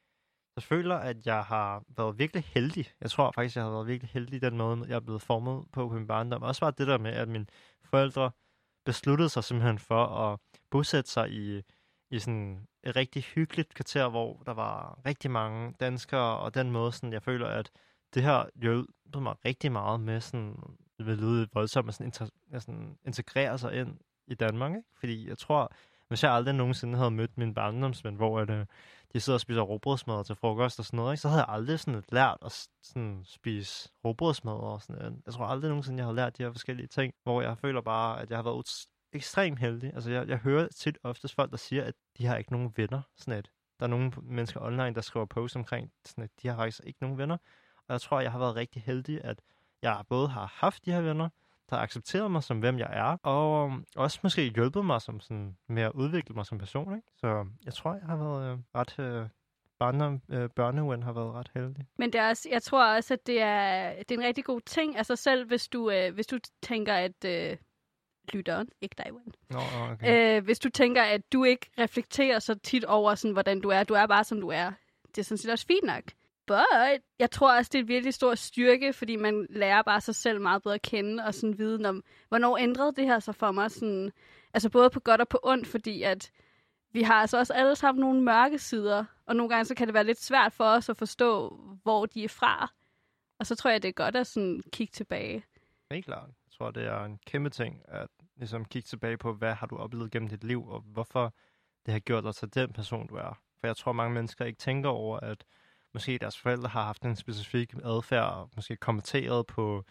føler at jeg har været virkelig heldig. Jeg tror faktisk, jeg har været virkelig heldig i den måde, jeg er blevet formet på min barndom. Også bare det der med, at mine forældre besluttede sig simpelthen for at bosætte sig i sådan et rigtig hyggeligt kvarter, hvor der var rigtig mange danskere, og den måde, sådan, jeg føler, at det her hjælper mig rigtig meget med sådan, det vil lyde voldsomt, at sådan integrere sig ind i Danmark, ikke? Fordi jeg tror, hvis jeg aldrig nogensinde havde mødt min barndomsven, hvor de sidder og spiser rugbrødsmad til frokost og sådan noget, ikke? Så havde jeg aldrig sådan lært at sådan spise rugbrødsmad og sådan noget. Jeg tror aldrig nogensinde, jeg har lært de her forskellige ting, hvor jeg føler bare, at jeg har været ekstremt heldig. Altså, jeg hører tit oftest folk, der siger, at de har ikke nogen venner. Sådan et. Der er nogle mennesker online, der skriver posts omkring, sådan at de har faktisk ikke nogen venner. Og jeg tror, jeg har været rigtig heldig, at jeg både har haft de her venner, der har accepteret mig som, hvem jeg er, og også måske hjulpet mig som sådan, med at udvikle mig som person. Ikke? Så jeg tror, jeg har været ret... børneven har været ret heldig. Men det er også, jeg tror også, at det er en rigtig god ting. Altså selv hvis du tænker, at... lytteren, ikke dig, Wen. Okay. Hvis du tænker, at du ikke reflekterer så tit over, sådan, hvordan du er bare, som du er. Det er sådan set også fint nok. But jeg tror også, det er en virkelig stor styrke, fordi man lærer bare sig selv meget bedre at kende, og sådan viden om, hvornår ændrede det her sig for mig. Sådan, altså både på godt og på ondt, fordi at vi har altså også alle sammen nogle mørke sider, og nogle gange så kan det være lidt svært for os at forstå, hvor de er fra. Og så tror jeg, det er godt at sådan kigge tilbage. Helt klart. Jeg tror, det er en kæmpe ting at ligesom kigge tilbage på, hvad har du oplevet gennem dit liv, og hvorfor det har gjort dig til den person, du er. For jeg tror, mange mennesker ikke tænker over, at måske deres forældre har haft en specifik adfærd, og måske kommenteret på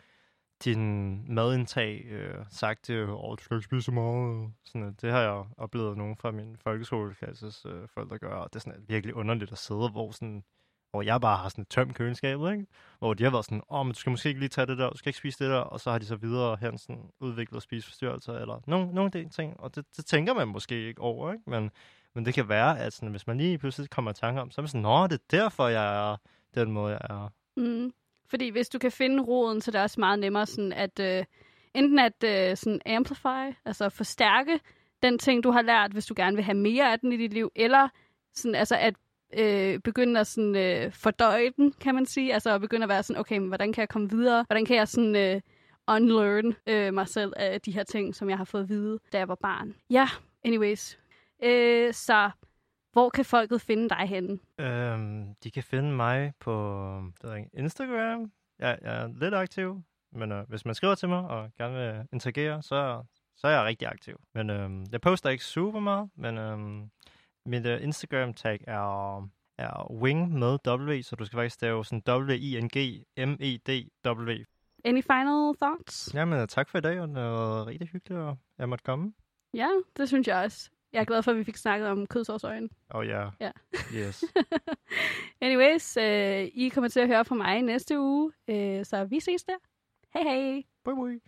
din madindtag, sagt, du skal ikke spise så meget. Sådan, det har jeg oplevet nogle fra min folkeskoleklasses forældre gøre, og det er sådan virkelig underligt at sidde, hvor jeg bare har sådan et tømt køleskabet, ikke? Hvor de har været sådan, men du skal måske ikke lige tage det der, du skal ikke spise det der, og så har de så videre hen sådan udviklet spiseforstyrrelser, eller nogle af de ting, og det tænker man måske ikke over, ikke? Men det kan være, at sådan, hvis man lige pludselig kommer i tanke om, så er man sådan, det er derfor, jeg er den måde, jeg er. Mm. Fordi hvis du kan finde roden, så er det også meget nemmere sådan at enten at sådan amplify, altså forstærke den ting, du har lært, hvis du gerne vil have mere af den i dit liv, eller sådan, altså at begynde at sådan, fordøje den, kan man sige. Altså at begynde at være sådan, okay, men hvordan kan jeg komme videre? Hvordan kan jeg sådan unlearn mig selv af de her ting, som jeg har fået at vide, da jeg var barn? Ja, anyways. Så hvor kan folket finde dig henne? De kan finde mig på Instagram. Jeg er lidt aktiv, men hvis man skriver til mig og gerne vil interagere, så er jeg rigtig aktiv. Men jeg poster ikke super meget, men mit Instagram-tag er wing med W, så du skal faktisk stave sådan W-I-N-G-M-E-D-W. Any final thoughts? Jamen, tak for i dag, og det var rigtig hyggeligt, at jeg måtte komme. Ja, det synes jeg også. Jeg er glad for, at vi fik snakket om kødsårsøjen. Ja. Yes. Anyways, I kommer til at høre fra mig næste uge, så vi ses der. Hej hej! Bye bye!